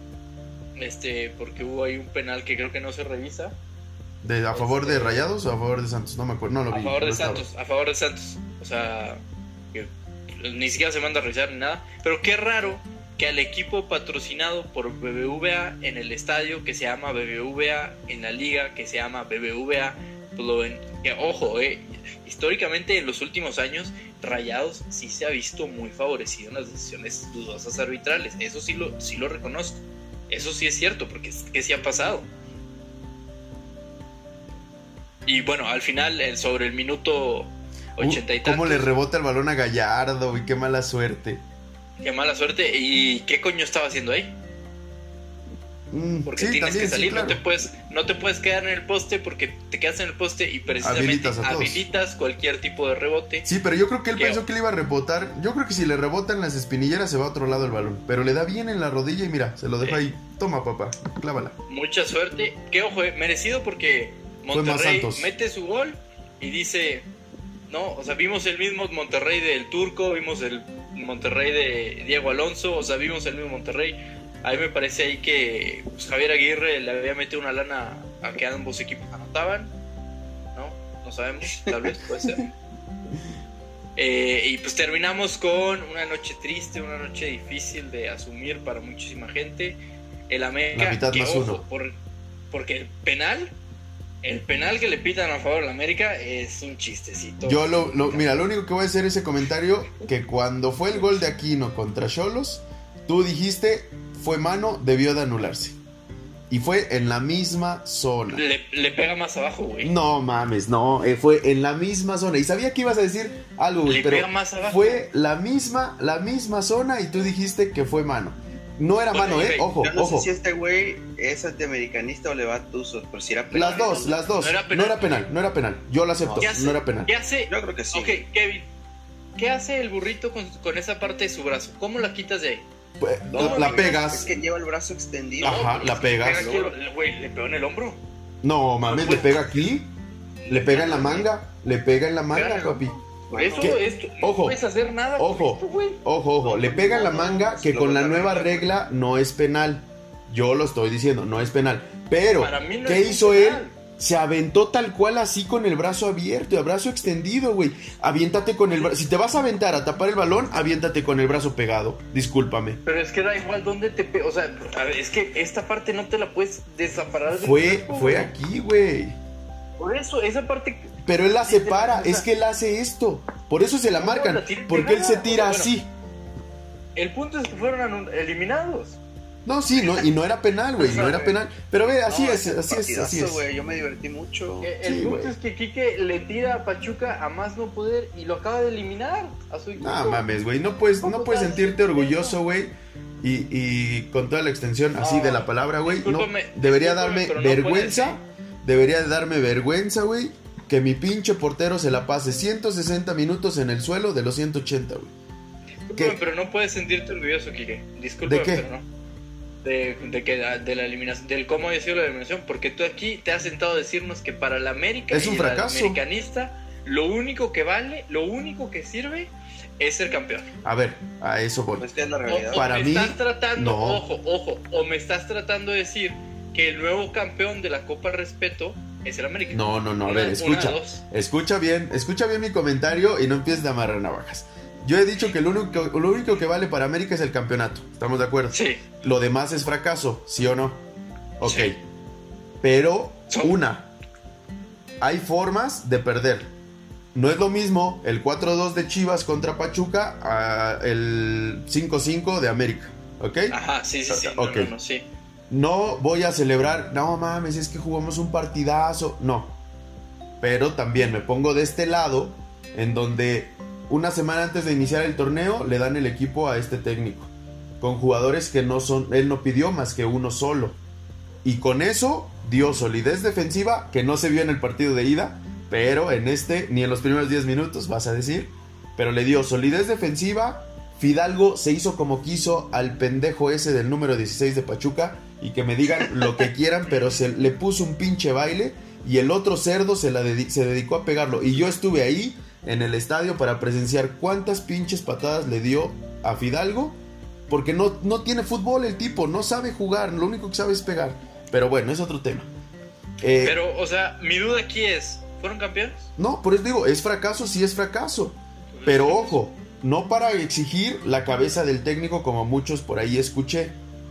este, porque hubo ahí un penal que creo que no se revisa. De, ¿A favor de este- Rayados o a favor de Santos? No me acuerdo, no lo A vi. favor no de estaba. Santos, a favor de Santos. O sea, que ni siquiera se manda a revisar ni nada. Pero qué raro que al equipo patrocinado por B B V A en el estadio que se llama B B V A, en la liga que se llama B B V A, pues lo ven- que, ojo, eh, históricamente en los últimos años Rayados sí se ha visto muy favorecido en las decisiones dudosas arbitrales. Eso sí lo, sí lo reconozco. Eso sí es cierto, porque es que sí ha pasado. Y bueno, al final, el- sobre el minuto ochenta y Uh, ¿Cómo tantos, le rebota el balón a Gallardo, güey? Qué mala suerte. qué mala suerte. ¿Y qué coño estaba haciendo ahí? Mm, Porque sí, tienes también, que salir, sí, claro. no te puedes, no te puedes quedar en el poste porque te quedas en el poste y precisamente Habilitas a todos. habilitas cualquier tipo de rebote. Sí, pero yo creo que él ¿Qué? pensó que le iba a rebotar. Yo creo que si le rebotan las espinilleras se va a otro lado el balón. Pero le da bien en la rodilla y mira, se lo deja Sí. ahí. Toma, papá, clávala. Mucha suerte. Que ojo, eh, merecido porque Fue más Monterrey Santos. mete su gol y dice, no, o sea, vimos el mismo Monterrey del Turco, vimos el Monterrey de Diego Alonso, o sea, vimos el mismo Monterrey. A mí me parece ahí que pues, Javier Aguirre le había metido una lana a que ambos equipos anotaban, ¿no? No sabemos, tal vez puede ser. Eh, y pues terminamos con una noche triste, una noche difícil de asumir para muchísima gente. El América, La mitad que, más ojo, uno. por- porque el penal, el penal que le pitan a favor de la América es un chistecito. Yo lo, lo- mira, lo único que voy a hacer ese comentario, que cuando fue el gol de Aquino contra Xolos, tú dijiste, fue mano, debió de anularse. Y fue en la misma zona. Le, le pega más abajo, güey. No mames, no, eh, fue en la misma zona. Y sabía que ibas a decir algo, güey, Le pero pega más abajo. fue la misma, la misma zona y tú dijiste que fue mano. No era Bueno, mano, eh, güey, ojo, Yo no ojo. sé si este güey es antiamericanista o le va a Tuzos, pero si era penal. Las dos, las dos. No era penal. No era penal, no era penal. Yo lo acepto, ¿Qué hace? no era penal. ¿Qué hace? Yo creo que sí. Ok, Kevin. ¿Qué hace el burrito con, con esa parte de su brazo? ¿Cómo la quitas de ahí? Pues, No, la no, pegas. Es que lleva el brazo extendido. Ajá, la pegas. Pega aquí el- güey, le pegó en el hombro. No mames, le pega aquí, le pega en la manga, le pega en la manga, Pégale. papi. Por eso ¿Qué? esto, no Ojo, puedes hacer nada. ojo. con esto, güey. Ojo, ojo, le pega en la manga que Lo con la botaron. nueva regla no es penal. Yo lo estoy diciendo, no es penal. Pero, Para mí no ¿qué es hizo penal. él? Se aventó tal cual así con el brazo abierto, el brazo extendido, güey. Aviéntate con el brazo. Si te vas a aventar a tapar el balón, aviéntate con el brazo pegado. Discúlpame. Pero es que da igual dónde te pe... O sea, a ver, es que esta parte no te la puedes desaparar del Fue, cuerpo, fue güey. aquí, güey. Por eso, esa parte... Pero él la Sí, separa, o sea, es que él hace esto. Por eso se la no, marcan. la tiene Porque él se pegada. tira Bueno, así. El punto es que fueron anu- eliminados. No, sí, no, y no era penal, güey, no era penal. Pero ve, así No, es, ese así es, así partidazo, es. güey, yo me divertí mucho. Eh, El Sí, punto güey. es que Quique le tira a Pachuca a más no poder y lo acaba de eliminar a su equipo. No mames, güey, no puedes, no ¿Cómo puedes estás? sentirte orgulloso, güey. Y, y con toda la extensión así No, de la palabra, güey. No, discúlpame, debería discúlpame, darme pero no vergüenza. puedes, Debería de darme vergüenza, güey. Que mi pinche portero se la pase ciento sesenta minutos en el suelo de los ciento ochenta, güey. Discúlpame, ¿Qué? pero no puedes sentirte orgulloso, Quique. Discúlpame, ¿De qué? pero no. De, de que de la eliminación, del cómo ha sido la eliminación, porque tú aquí te has sentado a decirnos que para la América Es un y el fracaso. americanista, lo único que vale, lo único que sirve es ser campeón. A ver, a eso voy. Pues que es la O, realidad. o Para me mí, estás tratando, no. ojo, ojo, o me estás tratando de decir que el nuevo campeón de la Copa Respeto es el América. No, no, no, a Una- ver, una escucha. de dos. Escucha bien, escucha bien mi comentario y no empieces a amarrar navajas. Yo he dicho que lo único, lo único que vale para América es el campeonato. ¿Estamos de acuerdo? Sí. Lo demás es fracaso, ¿sí o no? Ok. Sí. Pero, Son- una, hay formas de perder. No es lo mismo el cuatro dos de Chivas contra Pachuca a el cinco cinco de América, ¿ok? Ajá, sí, sí, sí. No, Ok. no, no, sí. No voy a celebrar, no mames, es que jugamos un partidazo. No. Pero también me pongo de este lado, en donde una semana antes de iniciar el torneo le dan el equipo a este técnico, con jugadores que no son, él no pidió más que uno solo. Y con eso dio solidez defensiva que no se vio en el partido de ida, pero en este, ni en los primeros diez minutos, vas a decir. Pero le dio solidez defensiva. Fidalgo se hizo como quiso al pendejo ese del número dieciséis de Pachuca. Y que me digan lo que quieran, pero se le puso un pinche baile. Y el otro cerdo se, la dedi- se dedicó a pegarlo. Y yo estuve ahí en el estadio para presenciar cuántas pinches patadas le dio a Fidalgo. Porque no, no tiene fútbol el tipo, no sabe jugar, lo único que sabe es pegar. Pero bueno, es otro tema. Eh, Pero, o sea, mi duda aquí es, ¿fueron campeones? No, por eso digo, es fracaso, sí es fracaso. Pero ojo, no para exigir la cabeza del técnico como muchos por ahí escuché.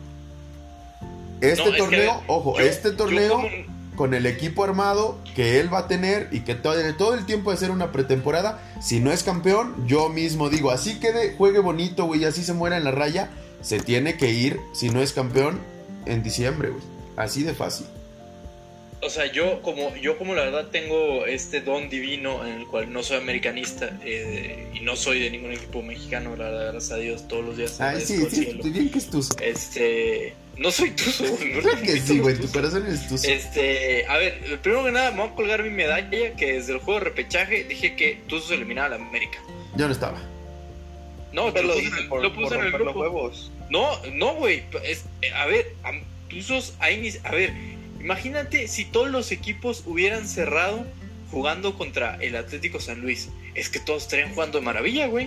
Este No, es que, torneo, ojo, yo- este yo torneo como- con el equipo armado que él va a tener y que todo, todo el tiempo de ser una pretemporada, si no es campeón, yo mismo digo, así quede, juegue bonito, güey, así se muera en la raya, se tiene que ir, si no es campeón, en diciembre, güey. Así de fácil. O sea, yo como, yo como la verdad tengo este don divino en el cual no soy americanista eh, y no soy de ningún equipo mexicano, la verdad, gracias a Dios, todos los días Ay, agradezco sí, al sí, cielo. estoy bien que es tú. Este, no soy tuzo, güey, no Claro que soy sí, güey, tu tuzo. corazón es tú. Este, a ver, primero que nada me voy a colgar mi medalla que desde el juego de repechaje dije que Tuzos eliminaba a la América. Yo no estaba. No, Pero lo lo puse, dicen en- por, lo puse por en el romper los grupo. huevos. No, no, güey. es- eh, A ver, am- Tuzos ahí ni- A ver, imagínate si todos los equipos hubieran cerrado jugando contra el Atlético San Luis. Es que todos estarían jugando de maravilla, güey.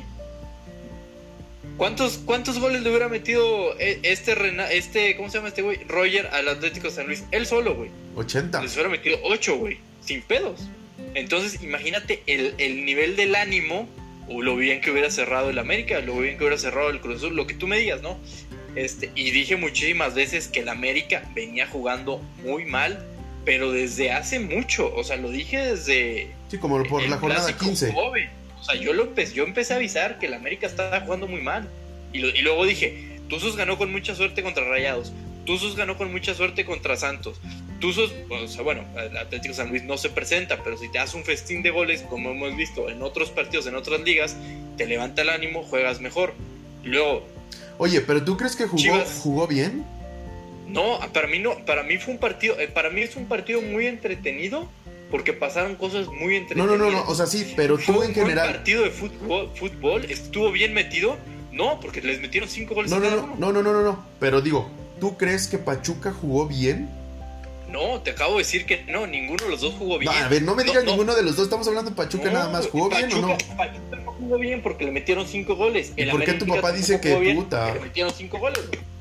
¿Cuántos, ¿Cuántos goles le hubiera metido e- este, Rena- este, ¿cómo se llama este güey? Roger al Atlético San Luis. Él solo, güey. ochenta. Les hubiera metido ocho, güey. Sin pedos. Entonces, imagínate el, el nivel del ánimo, o lo bien que hubiera cerrado el América, lo bien que hubiera cerrado el Cruz Azul, lo que tú me digas, ¿no? Este, y dije muchísimas veces que el América venía jugando muy mal, pero desde hace mucho. O sea, lo dije desde Sí, como por el la jornada clásico quince. joven. O sea, yo, lo empecé, yo empecé a avisar que el América estaba jugando muy mal. Y, lo- y luego dije, Tuzos ganó con mucha suerte contra Rayados. Tuzos ganó con mucha suerte contra Santos. Tuzos, o sea, bueno, el Atlético San Luis no se presenta, pero si te das un festín de goles, como hemos visto en otros partidos, en otras ligas, te levanta el ánimo, juegas mejor. Luego... Oye, ¿pero tú crees que jugó, Chivas, jugó bien? No, para mí no, para mí fue un partido, eh, para mí es un partido muy entretenido, porque pasaron cosas muy entretenidas. No, no, no, no, o sea, sí, pero tú fue, en fue general... un partido de fútbol, fútbol, estuvo bien metido, no, porque les metieron cinco goles. No, no, no, no, no, no, no, no, pero digo, ¿tú crees que Pachuca jugó bien? No, te acabo de decir que no, ninguno de los dos jugó bien. No, a ver, no me digas no, ninguno no. de los dos, estamos hablando de Pachuca No, nada más. ¿Jugó Pachuca, bien o no? Pachuca no jugó bien porque le metieron cinco goles. ¿Y El por qué tu América papá dice que jugó bien puta? porque le metieron cinco goles.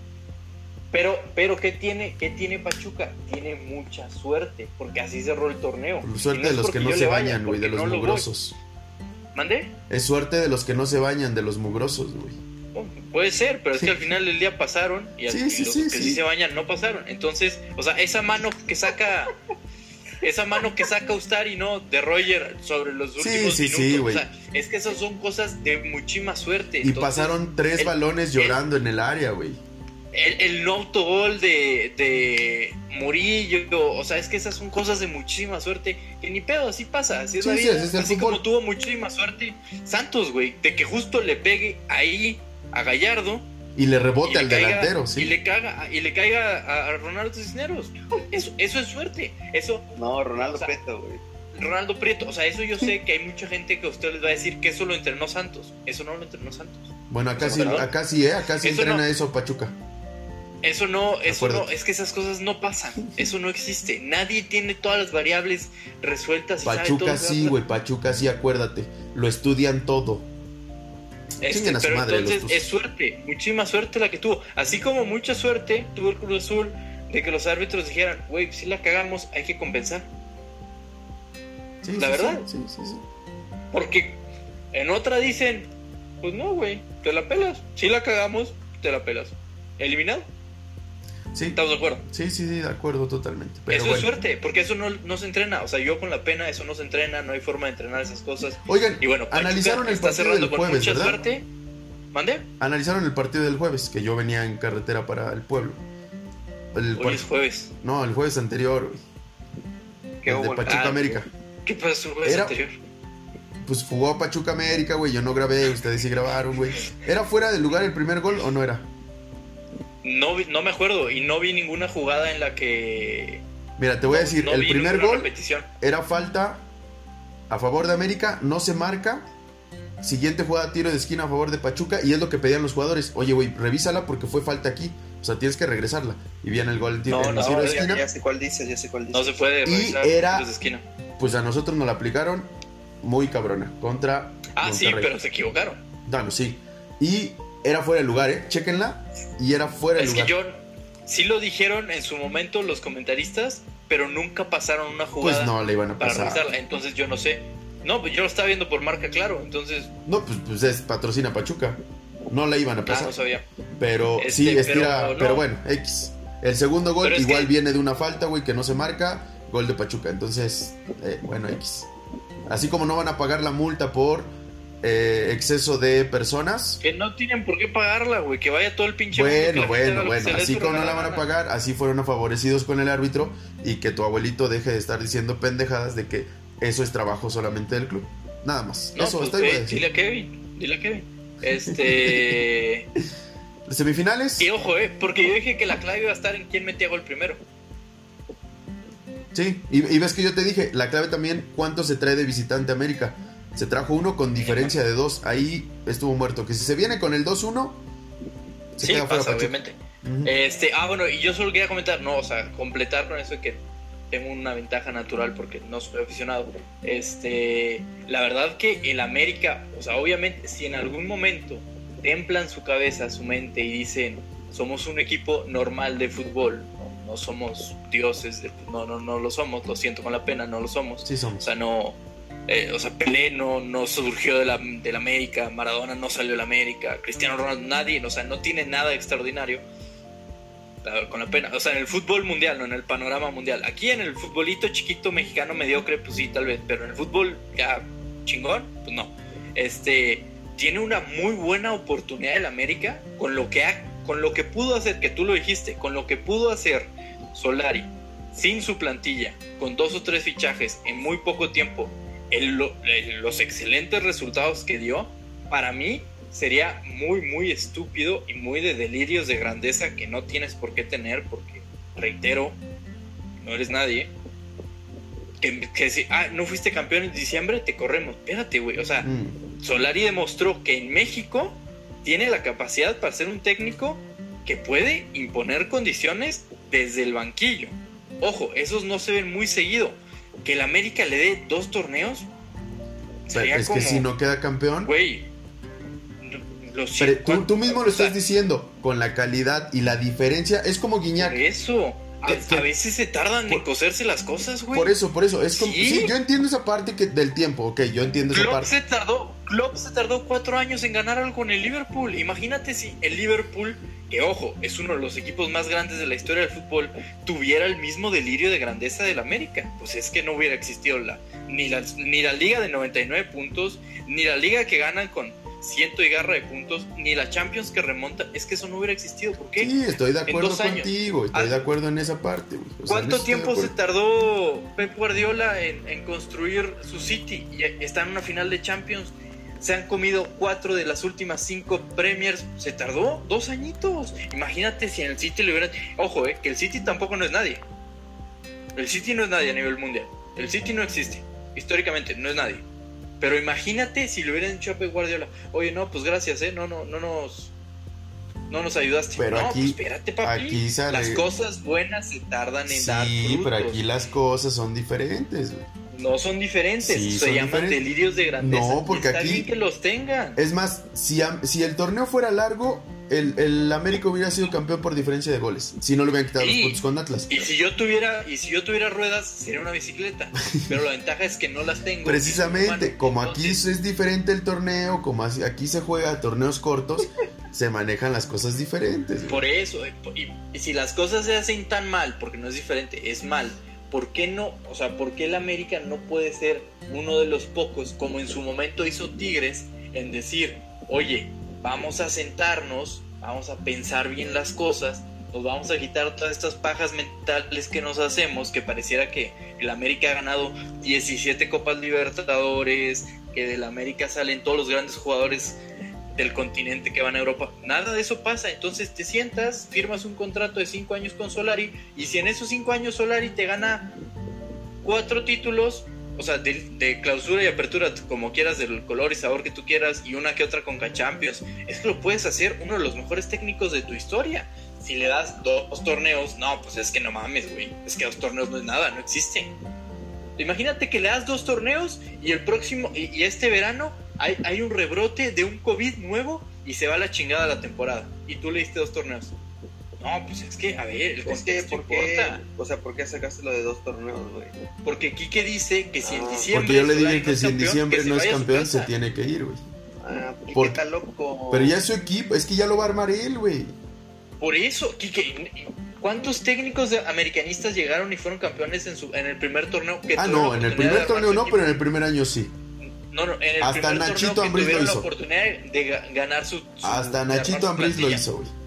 Pero, pero ¿qué tiene, qué tiene Pachuca? Tiene mucha suerte, porque así cerró el torneo. Por suerte no de los que no se bañan, güey, de los no mugrosos. ¿Mande? Es suerte de los que no se bañan, de los mugrosos, güey. Oh, puede ser, pero es que al final del día pasaron y, Sí, al, sí, y los sí, que sí. sí se bañan no pasaron. Entonces, o sea, esa mano que saca... Esa mano que saca Ustari, ¿no? De Roger sobre los Sí, últimos sí, minutos. sí, güey. O sea, es que esas son cosas de muchísima suerte. Y Entonces, pasaron tres el- balones el- llorando en el área, güey. El, el no autogol de, de Murillo, o sea, es que esas son cosas de muchísima suerte, que ni pedo, así pasa, así es Sí, la sí, vida. así es el así fútbol. como tuvo muchísima suerte Santos, güey, de que justo le pegue ahí a Gallardo Y le y rebota le al caiga- delantero, sí. y le caga y le caiga a, a Ronaldo Cisneros. Eso, eso es suerte, eso No, Ronaldo O sea, Prieto, güey. Ronaldo Prieto, o sea, eso yo sé que hay mucha gente que a usted les va a decir que eso lo entrenó Santos, eso no lo entrenó Santos. Bueno, acá sí, ¿Perdón? acá sí, ¿eh? Acá sí Eso entrena no. eso Pachuca. Eso no, eso no, Acuérdate. es que esas cosas no pasan, eso no existe. Nadie tiene todas las variables resueltas y sabe Pachuca todo. sí, güey, Pachuca sí, acuérdate. Lo estudian todo. Este, Chinguen a su pero madre entonces los es Tuzos. suerte, muchísima suerte la que tuvo. Así como mucha suerte tuvo el Cruz Azul de que los árbitros dijeran, güey, si la cagamos, hay que compensar. Sí, la sí, verdad. Sí, sí, sí. Porque en otra dicen, pues no, güey, te la pelas. Si la cagamos, te la pelas. Eliminado. Sí, ¿Estamos de acuerdo? sí, sí, sí, de acuerdo totalmente. Pero eso bueno. es suerte, porque eso no, no se entrena. O sea, yo con la pena, eso no se entrena, no hay forma de entrenar esas cosas. Oigan, Y bueno, Pachuca analizaron el está partido cerrando del con jueves, mucha ¿verdad? suerte. ¿Mande? Analizaron el partido del jueves, que yo venía en carretera para el pueblo. El Hoy par- es jueves. No, el jueves anterior, güey. ¿Qué El de hubo? Pachuca Ah, América. ¿Qué pasó el jueves Era- anterior? Pues jugó Pachuca América, güey. Yo no grabé, ustedes sí grabaron, güey. ¿Era fuera del lugar el primer gol o no era? No, vi- no me acuerdo y no vi ninguna jugada en la que... Mira, te voy a no- decir, no el vi primer ninguna gol repetición. era falta a favor de América, no se marca. Siguiente jugada, tiro de esquina a favor de Pachuca y es lo que pedían los jugadores. Oye, güey, revísala porque fue falta aquí. O sea, tienes que regresarla. Y viene el gol, el tiro, No, el no, tiro de ya, esquina. ya sé cuál dices, ya sé cuál dices. No se puede Y revisar era- tiros de esquina. Pues a nosotros nos la aplicaron muy cabrona contra Ah, sí, Monterrey. pero se equivocaron. Bueno, sí. Y era fuera de lugar, ¿eh? Chéquenla. Y era fuera de Es lugar. que yo... Sí lo dijeron en su momento los comentaristas, pero nunca pasaron una jugada Pues no le iban a para pasar. revisarla. Entonces yo no sé. No, pues yo lo estaba viendo por marca, claro. Entonces, No, pues, pues es patrocina Pachuca. No la iban a ah, pasar. no sabía. Pero Este, sí, estira. pero Pero, no. bueno, X. El segundo gol Pero es igual que- viene de una falta, güey, que no se marca. Gol de Pachuca. Entonces, eh, bueno, X. Así como no van a pagar la multa por eh, exceso de personas. Que no tienen por qué pagarla, güey. Que vaya todo el pinche... mundo, que Bueno, la gente bueno, haga lo que bueno. se le dé Así su como no la regalada van a gana. pagar, así fueron favorecidos con el árbitro. Y que tu abuelito deje de estar diciendo pendejadas de que eso es trabajo solamente del club. Nada más. No, eso pues, está iba a ve, decir. dile a Kevin. Dile a Kevin. Este... Semifinales. Y ojo, eh, porque yo dije que la clave iba a estar en quién metía gol primero. Sí, y, y ves que yo te dije, la clave también, ¿cuánto se trae de visitante a América? Se trajo uno con diferencia de dos, ahí estuvo muerto. Que si se viene con el dos uno, se Sí, queda fuera pasa, Pachuca. obviamente. Ujú. Este, ah, bueno, y yo solo quería comentar, no, o sea, completar con eso de que tengo una ventaja natural porque no soy aficionado. Este, la verdad que el América, o sea, obviamente, si en algún momento templan su cabeza, su mente y dicen, somos un equipo normal de fútbol, no, no somos dioses, de- no, no, no lo somos, lo siento con la pena, no lo somos. Sí O somos. sea, no, eh, o sea, Pelé no, no surgió de la, de la América, Maradona no salió de la América, Cristiano Ronaldo, nadie, o sea, no tiene nada extraordinario. La- con la pena, o sea, en el fútbol mundial, no en el panorama mundial. Aquí en el futbolito chiquito mexicano mediocre, pues sí, tal vez, pero en el fútbol ya chingón, pues no. Este, tiene una muy buena oportunidad el América con lo que ha con lo que pudo hacer, que tú lo dijiste, con lo que pudo hacer Solari, sin su plantilla, con dos o tres fichajes en muy poco tiempo, el, el, los excelentes resultados que dio, para mí sería muy, muy estúpido y muy de delirios de grandeza que no tienes por qué tener, porque, reitero, no eres nadie. Que, que si, ah, no fuiste campeón en diciembre, te corremos. Espérate, güey. O sea, mm. Solari demostró que en México tiene la capacidad para ser un técnico que puede imponer condiciones desde el banquillo. Ojo, esos no se ven muy seguido. Que el América le dé dos torneos. Sería es como, que si no queda campeón. Güey. Lo Pero tú, tú mismo lo estás sea, diciendo. Con la calidad y la diferencia. Es como Guiñac. Por eso. A, que, que, a veces se tardan por, en coserse las cosas, güey. Por eso, por eso. Es como, ¿Sí? sí, yo entiendo esa parte que, del tiempo. Ok, yo entiendo Klopp esa parte. Se tardó, Klopp se tardó cuatro años en ganar algo con el Liverpool. Imagínate si el Liverpool, que ojo, es uno de los equipos más grandes de la historia del fútbol, tuviera el mismo delirio de grandeza del América. Pues es que no hubiera existido la ni la, ni la liga de noventa y nueve puntos, ni la liga que ganan con ciento y garra de puntos, ni la Champions que remonta. Es que eso no hubiera existido. ¿Por qué? Sí, estoy de acuerdo contigo. Estoy de acuerdo en esa parte. O sea, ¿cuánto tiempo se tardó Pep Guardiola en, en construir su City? Y está en una final de Champions. Se han comido cuatro de las últimas cinco Premiers. Se tardó dos añitos. Imagínate si en el City le hubieran... Ojo, eh, que el City tampoco no es nadie. El City no es nadie a nivel mundial. El City no existe. Históricamente no es nadie. Pero imagínate si le hubieran dicho a Pep Guardiola, oye, no, pues gracias, eh, no, no, no nos, no nos ayudaste. Pero no, aquí, pues espérate, papi. Aquí sale... Las cosas buenas se tardan en sí, dar frutos. Sí, pero aquí las cosas son diferentes, güey. No son diferentes, sí, se son llaman diferentes. delirios de grandeza. No, porque está aquí bien que los tengan. Es más, si, si el torneo fuera largo, el, el América hubiera sido campeón por diferencia de goles. Si no le hubieran quitado sí. los puntos con Atlas. Y si yo tuviera, y si yo tuviera ruedas, sería una bicicleta. Pero la ventaja es que no las tengo. Precisamente, como aquí es diferente el torneo, como aquí se juega torneos cortos, se manejan las cosas diferentes. ¿No? Por eso, y, y si las cosas se hacen tan mal, porque no es diferente, es mal. ¿Por qué no? O sea, ¿por qué el América no puede ser uno de los pocos, como en su momento hizo Tigres, en decir, oye, vamos a sentarnos, vamos a pensar bien las cosas, nos vamos a quitar todas estas pajas mentales que nos hacemos, que pareciera que el América ha ganado diecisiete Copas Libertadores, que del América salen todos los grandes jugadores del continente que van a Europa? Nada de eso pasa. Entonces te sientas, firmas un contrato de cinco años con Solari, y si en esos cinco años Solari te gana cuatro títulos, o sea, de, de clausura y apertura, como quieras, del color y sabor que tú quieras, y una que otra Conca Champions, es que lo puedes hacer uno de los mejores técnicos de tu historia. Si le das dos torneos, no, pues es que no mames, güey, es que dos torneos no es nada, no existe. Imagínate que le das dos torneos y el próximo, y, y este verano hay, hay un rebrote de un COVID nuevo y se va a la chingada la temporada, y tú le diste dos torneos. No, pues es que, a ver, el contexto importa. O sea, ¿por qué sacaste lo de dos torneos, güey? Porque Quique dice que si ah, en diciembre... Porque yo le dije que no si en diciembre campeón, no es campeón, se tiene que ir, güey. Ah, Quique Por... está loco. Pero ya es su equipo, es que ya lo va a armar él, güey. Por eso, Quique, ¿cuántos técnicos americanistas llegaron y fueron campeones en, su, en el primer torneo? Que ah, no, en el primer torneo no, pero en el primer año sí. No, no, en el Hasta primer Nachito torneo Ambriz que tuvieron lo hizo. la oportunidad de ganar su... su Hasta Nachito Ambriz lo hizo, güey.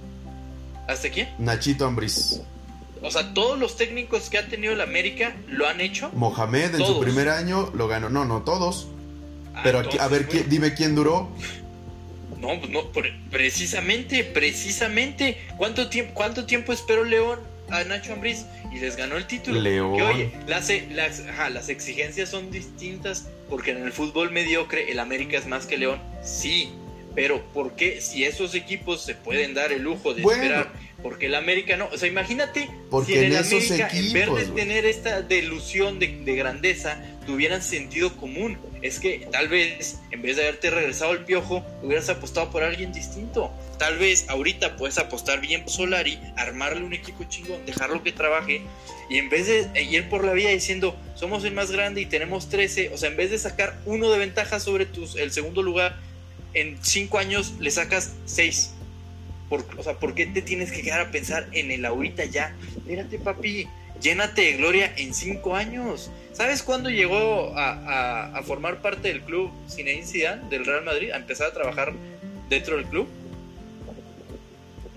¿Hasta quién? Nachito Ambriz. O sea, todos los técnicos que ha tenido el América lo han hecho. Mohamed en todos. su primer año lo ganó. No, no todos. Ah, pero aquí, entonces, a ver, güey. ¿quién, dime quién duró. No, pues no, precisamente, precisamente. ¿Cuánto tiempo, cuánto tiempo esperó León a Nacho Ambriz? Y les ganó el título. León. Que, oye, las, las, ajá, las exigencias son distintas, porque en el fútbol mediocre el América es más que León. Sí, pero ¿por qué si esos equipos se pueden dar el lujo de bueno, esperar? Porque el América no. O sea, imagínate porque si en, en el esos América, equipos, en vez de güey. tener esta delusión de, de grandeza, tuvieran sentido común. Es que tal vez, en vez de haberte regresado al Piojo, hubieras apostado por alguien distinto. Tal vez ahorita puedes apostar bien por Solari, armarle un equipo chingón, dejarlo que trabaje, y en vez de ir por la vida diciendo somos el más grande y tenemos trece, o sea, en vez de sacar uno de ventaja sobre tus, el segundo lugar, en cinco años le sacas seis. Por, o sea, ¿por qué te tienes que quedar a pensar en el ahorita ya? Mírate, papi, llénate de gloria en cinco años. ¿Sabes cuándo llegó a, a, a formar parte del club Zinedine Zidane del Real Madrid? A empezar a trabajar dentro del club.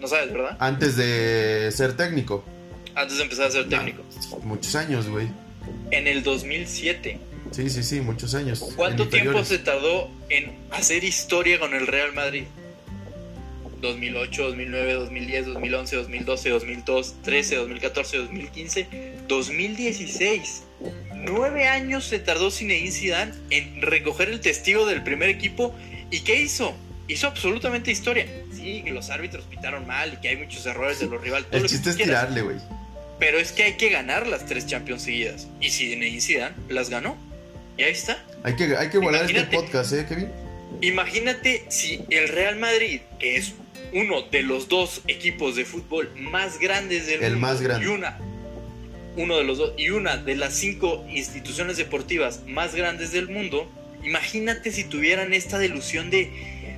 No sabes, ¿verdad? Antes de ser técnico. Antes de empezar a ser técnico. Ah, muchos años, güey. En el dos mil siete. Sí, sí, sí, muchos años. ¿Cuánto tiempo se tardó en hacer historia con el Real Madrid? dos mil ocho, dos mil nueve, dos mil diez, dos mil once, dos mil doce, dos mil trece, dos mil catorce, dos mil quince, dos mil dieciséis. Nueve años se tardó Zinedine Zidane en recoger el testigo del primer equipo. ¿Y qué hizo? Hizo absolutamente historia. Sí, que los árbitros pitaron mal y que hay muchos errores de los rivales. El chiste es tirarle, güey. Pero es que hay que ganar las tres Champions seguidas. Y Zinedine Zidane las ganó. Y ahí está. Hay que, hay que guardar este podcast, ¿eh, Kevin? Imagínate si el Real Madrid, que es uno de los dos equipos de fútbol más grandes del el mundo, más grande. y una uno de los dos y una de las cinco instituciones deportivas más grandes del mundo, imagínate si tuvieran esta delusión de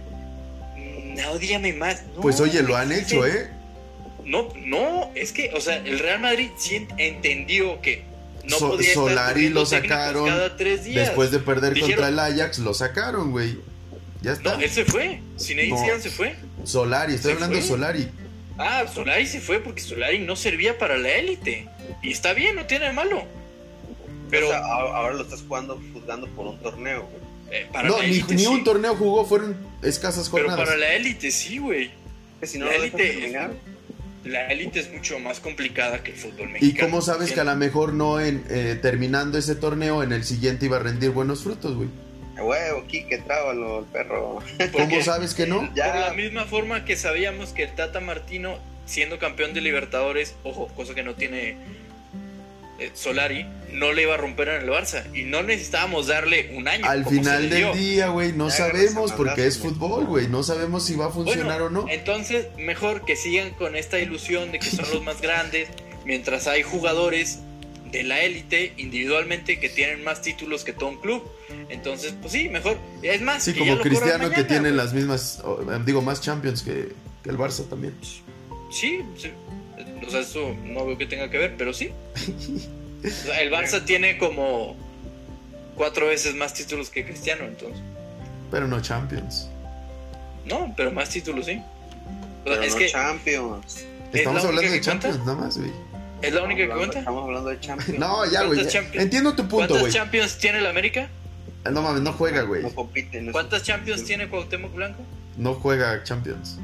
no, ódiame más. No, pues oye, lo han existe. hecho, ¿eh? No, no, es que, o sea, el Real Madrid sí entendió que no So, podía Solari estar lo sacaron cada tres días. Después de perder Dijeron, contra el Ajax, lo sacaron, güey. Ya está. No, él se fue. Zinedine Zidane se fue. Solari, estoy ¿Se hablando fue? de Solari. Ah, Solari se fue porque Solari no servía para la élite. Y está bien, no tiene de malo. Pero o sea, ahora lo estás jugando, juzgando por un torneo, güey. Eh, para no, la ni, élite, ni sí. un torneo jugó, fueron escasas Pero jornadas. para la élite sí, güey. Que si no La lo dejas élite, terminar. la élite es mucho más complicada que el fútbol ¿Y mexicano. cómo sabes que a lo mejor no en eh, terminando ese torneo en el siguiente iba a rendir buenos frutos, güey? Huevo, Quique, trábalo, el perro. ¿Cómo sabes que no? Ya. Por la misma forma que sabíamos que el Tata Martino, siendo campeón de Libertadores, ojo, cosa que no tiene eh, Solari, no le iba a romper en el Barça. Y no necesitábamos darle un año. Al como final se le del dio. día, güey, no Ya, sabemos gracias, porque es abrazo, fútbol, güey. No sabemos si va a funcionar Bueno, o no. entonces mejor que sigan con esta ilusión de que son los más grandes, mientras hay jugadores de la élite individualmente que tienen más títulos que todo un club. Entonces, pues sí, mejor. Es más, Sí, que como ya lo corran Cristiano que mañana, tiene güey. las mismas, o, eh, digo, más Champions que, que el Barça también. Sí, sí. O sea, eso no veo que tenga que ver, pero sí. O sea, el Barça tiene como cuatro veces más títulos que Cristiano, entonces. Pero no Champions. No, pero más títulos sí. O sea, Pero es no que Champions. Estamos la única hablando de que Champions, cuenta? nada más, güey. es la única que Estamos hablando- cuenta. Estamos hablando de Champions. No, ya, güey. ¿Cuántas ya. Champions? Entiendo tu punto, ¿Cuántas güey. Champions tiene el América? No mames, no juega, güey. No compiten. no ¿Cuántas es- Champions tiene Cuauhtémoc Blanco? No juega Champions.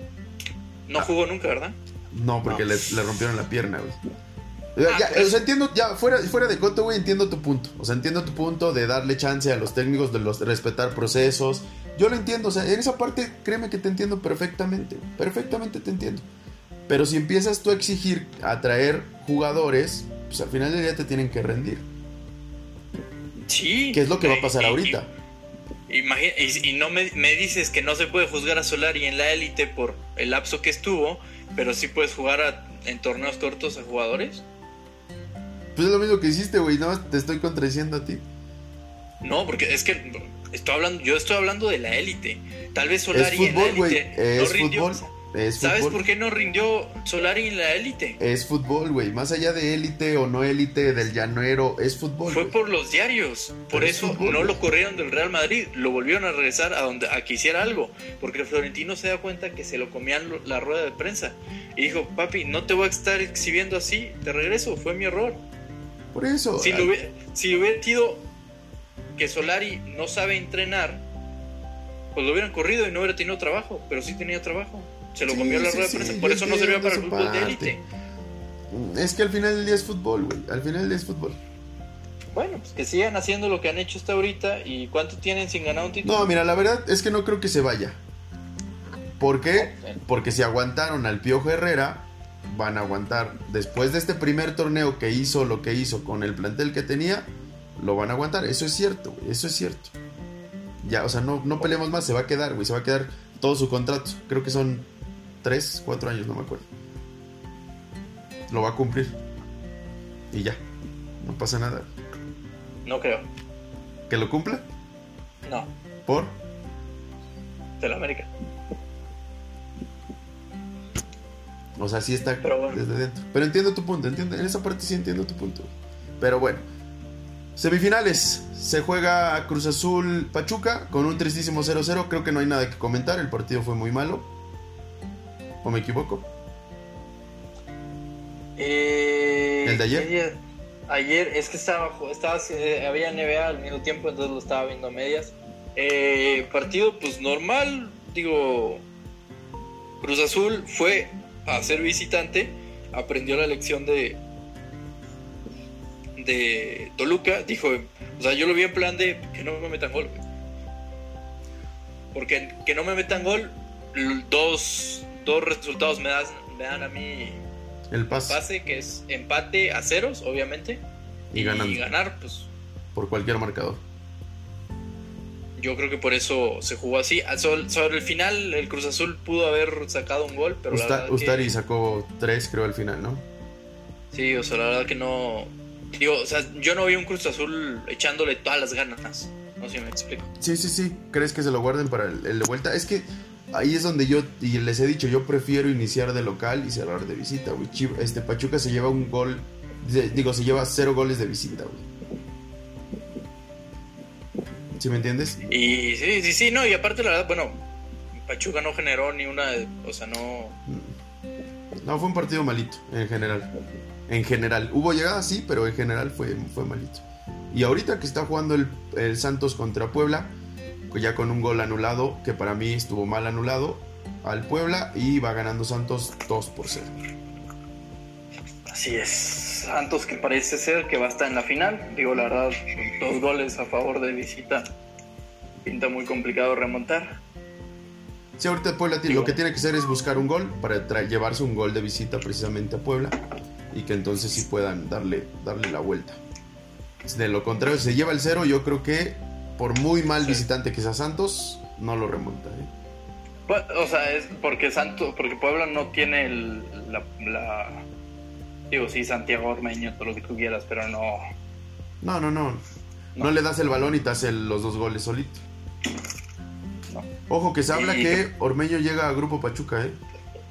No jugó nunca, ¿verdad? No, porque No. le, le rompieron la pierna, güey. Ah, Ya, pues. o sea, entiendo, ya, fuera, fuera de coto, güey, entiendo tu punto. O sea, entiendo tu punto de darle chance a los técnicos, de los de respetar procesos. Yo lo entiendo, o sea, en esa parte, créeme que te entiendo perfectamente. Perfectamente te entiendo. Pero si empiezas tú a exigir, a traer jugadores, pues al final del día te tienen que rendir. Sí. ¿Qué es lo que va a pasar Y- y- ahorita? Imagina- y, y no me, me dices que no se puede juzgar a Solari en la élite por el lapso que estuvo, pero sí puedes jugar a- en torneos cortos a jugadores. Pues es lo mismo que hiciste, güey, nada más te estoy contradiciendo a ti. No, porque es que estoy hablando, yo estoy hablando de la élite. Tal vez Es Solari en la fútbol, güey, élite no es rindió. fútbol. Es ¿Sabes fútbol. por qué no rindió Solari en la élite? Es fútbol, güey. Más allá de élite o no élite, del llanero, es fútbol. Fue güey. por los diarios. Por Pero es eso fútbol, no güey. lo corrieron del Real Madrid. Lo volvieron a regresar a donde a que hiciera algo. Porque Florentino se da cuenta que se lo comían lo- la rueda de prensa. Y dijo, papi, no te voy a estar exhibiendo así. Te regreso. Fue mi error. Por eso. Si ah, lo hubiera, si hubiera sido que Solari no sabe entrenar, pues lo hubieran corrido y no hubiera tenido trabajo. Pero sí tenía trabajo. Se lo Sí, comió la sí, rueda sí, de prensa. yo Por eso no servía entiendo para el su fútbol de parte. élite. Es que al final del día es fútbol, güey. Al final del día es fútbol. Bueno, pues que sigan haciendo lo que han hecho hasta ahorita. ¿Y cuánto tienen sin ganar un título? No, mira, la verdad es que no creo que se vaya. ¿Por qué? Porque si aguantaron al Piojo Herrera, van a aguantar. Después de este primer torneo que hizo lo que hizo con el plantel que tenía, lo van a aguantar. Eso es cierto, güey. Eso es cierto. Ya, o sea, no, no peleemos más. Se va a quedar, güey. Se va a quedar todo su contrato. Creo que son tres, cuatro años, no me acuerdo. Lo va a cumplir. Y ya. No pasa nada. No creo. ¿Que lo cumpla? No. ¿Por? De la América. O sea, sí está Pero bueno. desde dentro. Pero entiendo tu punto, entiendo, en esa parte sí entiendo tu punto. Pero bueno. Semifinales. Se juega Cruz Azul Pachuca con un tristísimo cero cero. Creo que no hay nada que comentar. El partido fue muy malo. ¿O me equivoco? Eh, ¿El de ayer? Ayer, ayer es que estaba, estaba eh, había N B A al mismo tiempo, entonces lo estaba viendo a medias. Eh, partido pues normal, digo, Cruz Azul fue a ser visitante, aprendió la lección de de Toluca, dijo, o sea, yo lo vi en plan de que no me metan gol, porque que no me metan gol, dos, dos resultados me dan, me dan a mí el pase. pase, que es empate a ceros, obviamente, y, y, ganando. y ganar, pues por cualquier marcador. Yo creo que por eso se jugó así. Sobre el final, el Cruz Azul pudo haber sacado un gol, pero Usta, la verdad Ustari que... sacó tres, creo, al final, ¿no? Sí, o sea, la verdad que no... Digo, o sea, yo no vi un Cruz Azul echándole todas las ganas. No sé si me explico. Sí, sí, sí. ¿Crees que se lo guarden para el, el de vuelta? Es que ahí es donde yo, y les he dicho, yo prefiero iniciar de local y cerrar de visita, güey. Este Pachuca se lleva un gol, digo, se lleva cero goles de visita, güey. ¿Sí me entiendes? Y sí, sí, sí, no, y aparte la verdad, bueno, Pachuca no generó ni una, o sea, no... No, fue un partido malito, en general. En general. Hubo llegadas, sí, pero en general fue, fue malito. Y ahorita que está jugando el, el Santos contra Puebla, ya con un gol anulado, que para mí estuvo mal anulado, al Puebla, y va ganando Santos dos por cero. Así es. Santos, que parece ser que va a estar en la final. Digo, la verdad, dos goles a favor de visita. Pinta muy complicado remontar. Sí, ahorita Puebla Digo. lo que tiene que hacer es buscar un gol para tra- llevarse un gol de visita precisamente a Puebla, y que entonces sí puedan darle, darle la vuelta. De lo contrario, si se lleva el cero, yo creo que por muy mal sí. visitante que sea Santos, no lo remonta, ¿eh? Pues, o sea, es porque Santos, porque Puebla no tiene el, la, la... Digo, sí, Santiago Ormeño, todo lo que tú quieras, pero no... No, no, no. No, no le das el balón y te hace los dos goles solito. No. Ojo, que se habla y... que Ormeño llega a Grupo Pachuca, ¿eh?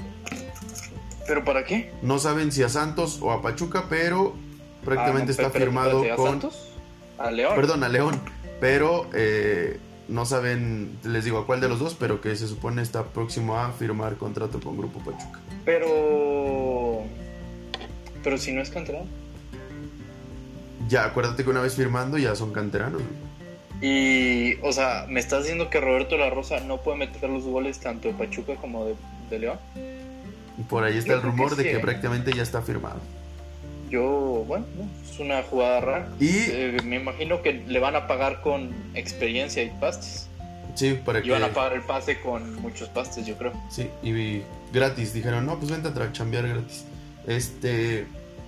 ¿Pero para qué? No saben si a Santos o a Pachuca, pero prácticamente ah, no, está pero, firmado pero, ¿a con... Santos? ¿A León? Perdón, a León. Pero eh, no saben, les digo a cuál de los dos, pero que se supone está próximo a firmar contrato con Grupo Pachuca. Pero... Pero si no es canterano. Ya, acuérdate que una vez firmando ya son canteranos. Y, o sea, ¿me estás diciendo que Roberto La Rosa no puede meter los goles tanto de Pachuca como de, de León? Y por ahí está Yo el rumor que de sí, que ¿eh? prácticamente ya está firmado. Yo, bueno, es una jugada rara. Y eh, me imagino que le van a pagar con experiencia y pastes. Sí, para y que... van a pagar el pase con muchos pastes, yo creo. Sí, y gratis. Dijeron, no, pues vente a chambear gratis. Este...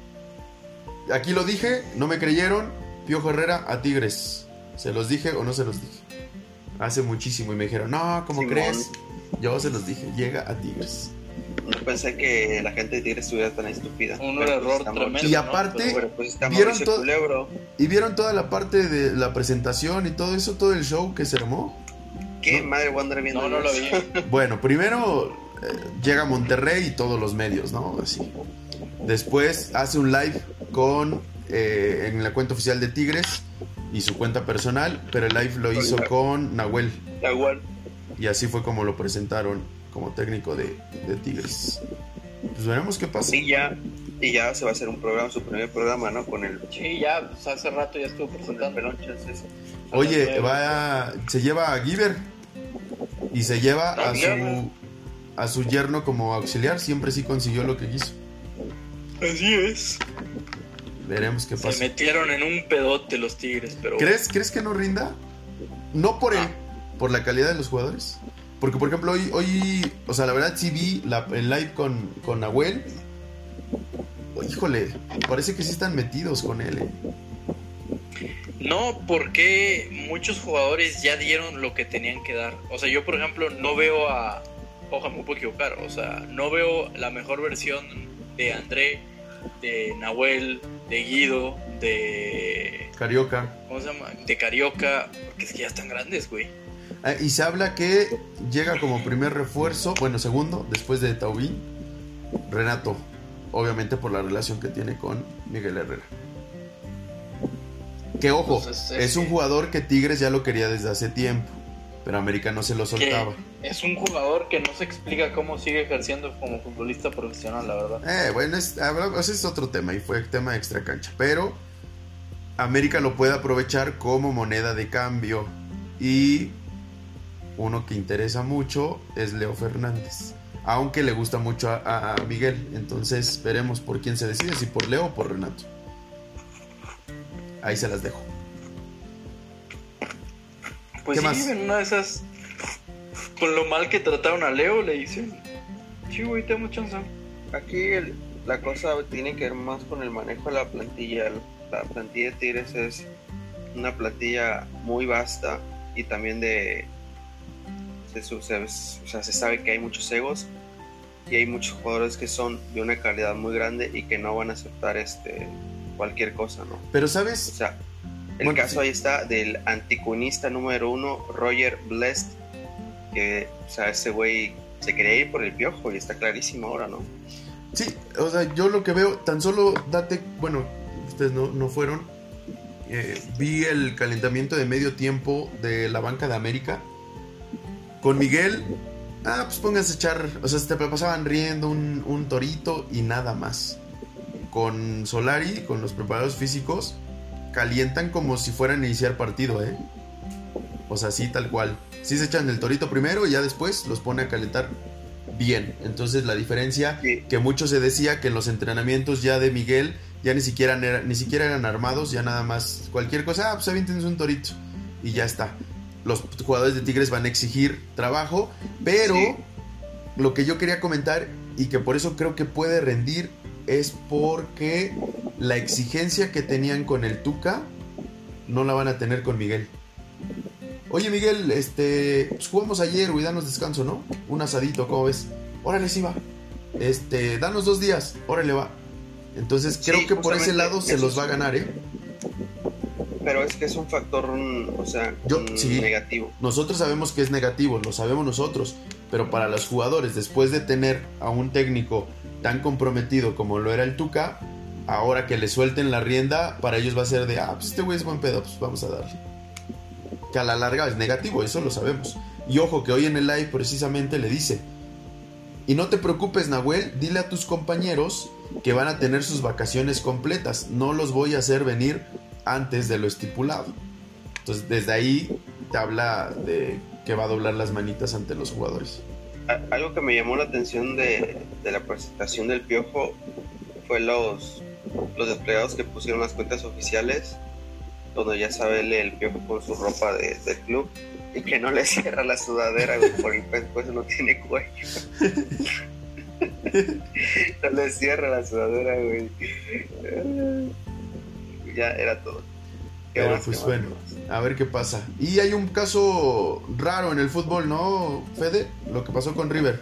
Aquí lo dije, no me creyeron. Piojo Herrera a Tigres. ¿Se los dije o no se los dije? Hace muchísimo y me dijeron, no, ¿cómo Simón. crees? Yo se los dije, llega a Tigres. No pensé que la gente de Tigres estuviera tan estúpida. Un pues error tremendo. Y aparte, ¿no? pues ¿vieron, to- y vieron toda la parte de la presentación y todo eso, todo el show que se armó. ¿Qué? ¿No? Madre Wander viendo. No, no lo vi. Bueno, primero eh, llega a Monterrey y todos los medios, ¿no? Así. Después hace un live con eh, en la cuenta oficial de Tigres y su cuenta personal, pero el live lo hizo con Nahuel. Nahuel. Y así fue como lo presentaron como técnico de, de Tigres. Pues veremos qué pasa. Y ya, y ya se va a hacer un programa, su primer programa, ¿no? Con el... Sí, ya, pues hace rato ya estuvo presentando. Pelonchas, Oye, va a, se lleva a Giver y se lleva a su, a su yerno como auxiliar. Siempre sí consiguió lo que quiso. Así es. Veremos qué pasa. Se metieron en un pedote los Tigres, pero... ¿Crees, ¿crees que no rinda? No por él, ah. por la calidad de los jugadores. Porque, por ejemplo, hoy, hoy o sea, la verdad sí vi la, el live con, con Nahuel. Híjole, parece que sí están metidos con él, ¿eh? No, porque muchos jugadores ya dieron lo que tenían que dar. O sea, yo, por ejemplo, no veo a... Ojalá me puedo equivocar. O sea, no veo la mejor versión de André, de Nahuel, de Guido, de... Carioca. ¿Cómo se llama? De Carioca, porque es que ya están grandes, güey. Eh, y se habla que llega como primer refuerzo, bueno, segundo, después de Taubín, Renato, obviamente por la relación que tiene con Miguel Herrera. Que ojo, pues es, es, es un jugador que Tigres ya lo quería desde hace tiempo. pero América no se lo soltaba. Que es un jugador que no se explica cómo sigue ejerciendo como futbolista profesional, la verdad. Eh, bueno, es, ese es otro tema y fue tema extra cancha, pero América lo puede aprovechar como moneda de cambio y uno que interesa mucho es Leo Fernández, aunque le gusta mucho a, a Miguel, entonces veremos por quién se decide, si por Leo o por Renato. Ahí se las dejo. Pues sí, más? En una de esas, con lo mal que trataron a Leo, le dicen, sí, güey, tenemos chance. Aquí el, la cosa tiene que ver más con el manejo de la plantilla. La plantilla de Tigres es una plantilla muy vasta y también de... Se, se, o sea, se sabe que hay muchos egos y hay muchos jugadores que son de una calidad muy grande y que no van a aceptar este cualquier cosa, ¿no? Pero, ¿sabes? O sea, el bueno, caso sí. ahí está del anticunista número uno, Roger Blest, que, o sea, ese güey se quería ir por el Piojo y está clarísimo ahora, ¿no? Sí, o sea, yo lo que veo, tan solo date, bueno, ustedes no, no fueron, eh, vi el calentamiento de medio tiempo de la banca de América. Con Miguel, ah, pues pónganse a echar, o sea, se te pasaban riendo un, un torito y nada más. Con Solari, con los preparados físicos, calientan como si fueran a iniciar partido, ¿eh? O sea, sí, tal cual. Sí se echan el torito primero y ya después los pone a calentar bien. Entonces la diferencia, sí, que mucho se decía que en los entrenamientos ya de Miguel ya ni siquiera, era, ni siquiera eran armados, ya nada más cualquier cosa, ah, pues aviéntense un torito y ya está. Los jugadores de Tigres van a exigir trabajo, pero sí, lo que yo quería comentar y que por eso creo que puede rendir es porque la exigencia que tenían con el Tuca no la van a tener con Miguel. Oye, Miguel, este, pues jugamos ayer, güey, danos descanso, ¿no? Un asadito, ¿cómo ves? Órale, sí va. Este, danos dos días, órale, va. Entonces creo sí, que por ese lado se los va a ganar, ¿eh? Pero es que es un factor, o sea, Yo, sí, negativo. Nosotros sabemos que es negativo, lo sabemos nosotros, pero para los jugadores, después de tener a un técnico tan comprometido como lo era el Tuca, ahora que le suelten la rienda, para ellos va a ser de, ah, pues este güey es buen pedo, pues vamos a darle. Que a la larga es negativo, eso lo sabemos. Y ojo, que hoy en el live precisamente le dice, y no te preocupes, Nahuel, dile a tus compañeros que van a tener sus vacaciones completas, no los voy a hacer venir antes de lo estipulado. Entonces desde ahí te habla de que va a doblar las manitas ante los jugadores. Algo que me llamó la atención de, de la presentación del Piojo fue los, los desplegados que pusieron las cuentas oficiales, donde ya sabe el Piojo con su ropa de, del club y que no le cierra la sudadera, güey, por el pues no tiene cuello. No le cierra la sudadera, güey. Ya era todo. Pero más, pues bueno, más? A ver qué pasa. Y hay un caso raro en el fútbol, ¿no, Fede? Lo que pasó con River.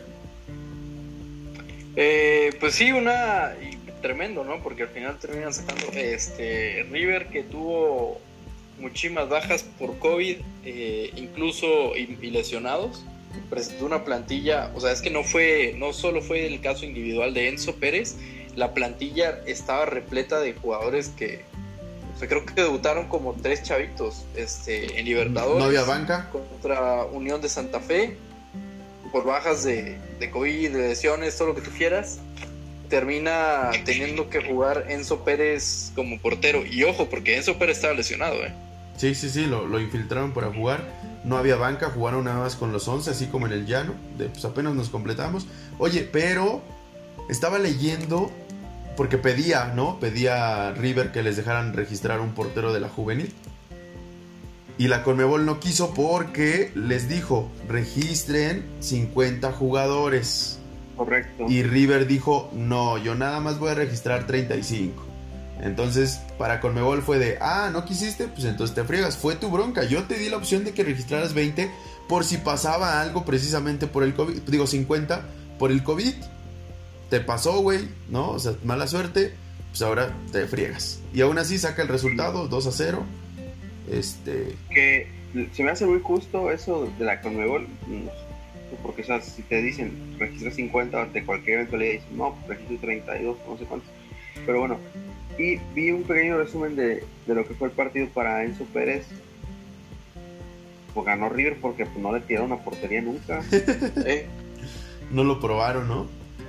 Eh, pues sí, una y tremendo, ¿no? Porque al final terminan sacando este River, que tuvo muchísimas bajas por COVID, eh, incluso y, y lesionados. Presentó una plantilla, o sea, es que no fue, no solo fue el caso individual de Enzo Pérez, la plantilla estaba repleta de jugadores que, o sea, creo que debutaron como tres chavitos este, en Libertadores. ¿No había banca? Contra Unión de Santa Fe, por bajas de, de COVID, de lesiones, todo lo que tú quieras. Termina teniendo que jugar Enzo Pérez como portero. Y ojo, porque Enzo Pérez estaba lesionado, ¿eh? Sí, sí, sí, lo, lo infiltraron para jugar. No había banca, jugaron nada más con los once, así como en el llano. De, pues apenas nos completamos. Oye, pero estaba leyendo, porque pedía, ¿no? Pedía River que les dejaran registrar un portero de la juvenil. Y la Conmebol no quiso porque les dijo, registren cincuenta jugadores. Correcto. Y River dijo, no, yo nada más voy a registrar treinta y cinco. Entonces, para Conmebol fue de, ah, ¿no quisiste? Pues entonces te friegas, fue tu bronca. Yo te di la opción de que registraras veinte por si pasaba algo precisamente por el COVID. Digo, cincuenta por el COVID. Te pasó, güey, ¿no? O sea, mala suerte, pues ahora te friegas. Y aún así saca el resultado, dos a cero. Este... Que se me hace muy justo eso de la Conmebol, porque, o sea, si te dicen registra cincuenta ante cualquier eventualidad, dicen, no, pues registro treinta y dos, no sé cuántos. Pero bueno, y vi un pequeño resumen de, de lo que fue el partido para Enzo Pérez. pues ganó River porque pues, no le tiraron a portería nunca. ¿Eh? No lo probaron, ¿no?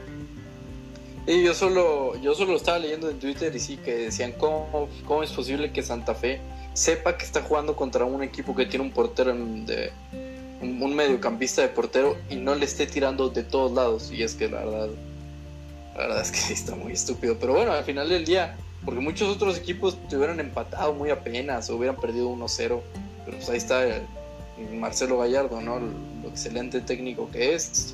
Y yo solo, yo solo estaba leyendo en Twitter y sí que decían cómo, cómo es posible que Santa Fe sepa que está jugando contra un equipo que tiene un portero en, de, un, un mediocampista de portero y no le esté tirando de todos lados. Y es que la verdad, la verdad es que sí está muy estúpido. Pero bueno, al final del día, porque muchos otros equipos te hubieran empatado muy apenas o hubieran perdido uno cero. Pero pues ahí está el, el Marcelo Gallardo, ¿no? Lo excelente técnico que es.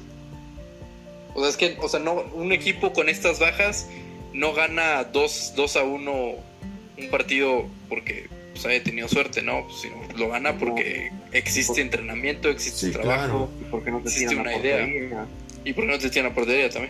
O sea, es que, o sea, no, un equipo con estas bajas no gana dos a uno un partido porque pues, haya tenido suerte, ¿no? Sino lo gana porque existe entrenamiento, existe Sí, trabajo, claro. ¿Y por qué no te existe tiran una a idea. portería? Y porque no te tienen a portería también.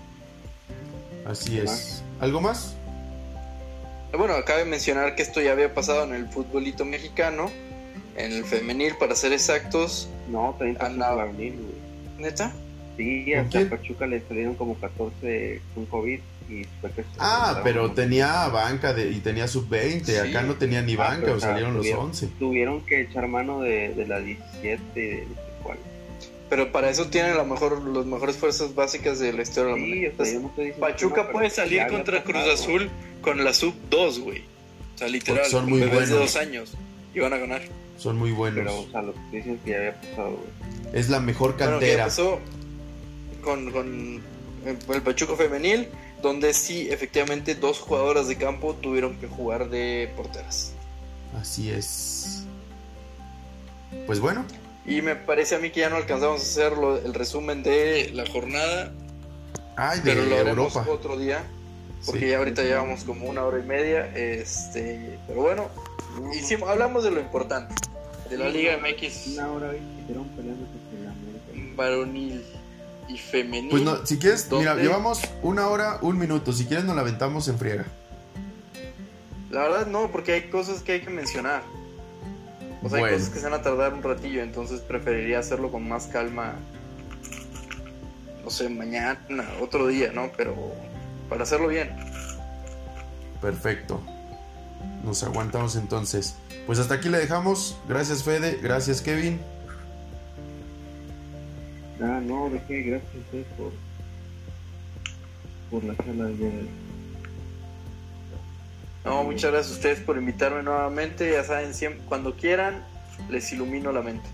Así es. ¿Algo más? Bueno, cabe mencionar que esto ya había pasado en el futbolito mexicano, en el femenil, para ser exactos. No, también pasó en Andaba. el varonil, güey. ¿Neta? Sí, ¿Con hasta quién? Pachuca le salieron como catorce con COVID y fue que se Ah, presentaron, pero ¿no? tenía banca de, y tenía sub veinte. Sí. Acá no tenía ni Ah, banca, pero, o o sea, salieron los tuvieron- once. Tuvieron que echar mano de, de la diecisiete y de no sé cuál. Pero para eso tienen la mejor, las mejores fuerzas básicas de la historia de la Sí, humanidad. o sea, yo no estoy diciendo Pachuca que no, pero puede salir ya había contra pasado. Cruz Azul con la sub dos, güey. O sea, literal, Porque son con muy bebés de buenos. dos años. Y van a ganar. Son muy buenos. Pero, o sea, lo que dicen es que ya había pasado, güey. Es la mejor Bueno, que cantera. pasó con, con el Pachuca femenil, donde sí, efectivamente, dos jugadoras de campo tuvieron que jugar de porteras. Así es. Pues bueno, Y me parece a mí que ya no alcanzamos a hacer lo- el resumen de la jornada, ay, de pero lo haremos Europa. otro día, porque Sí. ya ahorita llevamos como una hora y media. Este, pero bueno, hicimos, hablamos de lo importante, de la Liga M X Una hora y quedaron peleando contra la América. varonil y femenil. Pues no, si quieres, ¿Dónde? mira, llevamos una hora, un minuto. Si quieres, nos la aventamos en friega. La verdad no, porque hay cosas que hay que mencionar. O sea, Bueno. hay cosas que se van a tardar un ratillo, entonces preferiría hacerlo con más calma. No sé, mañana, otro día, ¿no? Pero para hacerlo bien. Perfecto. Nos aguantamos entonces. Pues hasta aquí le dejamos. Gracias, Fede. Gracias, Kevin. Ah, no, de qué, gracias a ustedes por, por la charla de ayer. No, muchas gracias a ustedes por invitarme nuevamente. Ya saben, siempre, cuando quieran, les ilumino la mente.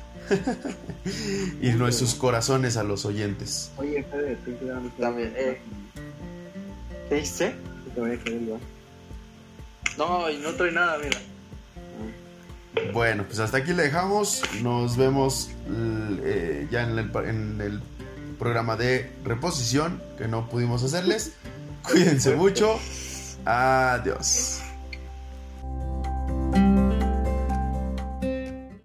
Y nuestros corazones a los oyentes. Oye, Fede, ten cuidado, no te También, eh. ¿Qué dijiste? no te vaya a caer el vaso. No, y no trae nada, mira. Bueno, pues hasta aquí le dejamos. Nos vemos l- eh, ya en el, en el programa de reposición que no pudimos hacerles. Cuídense mucho. Adiós.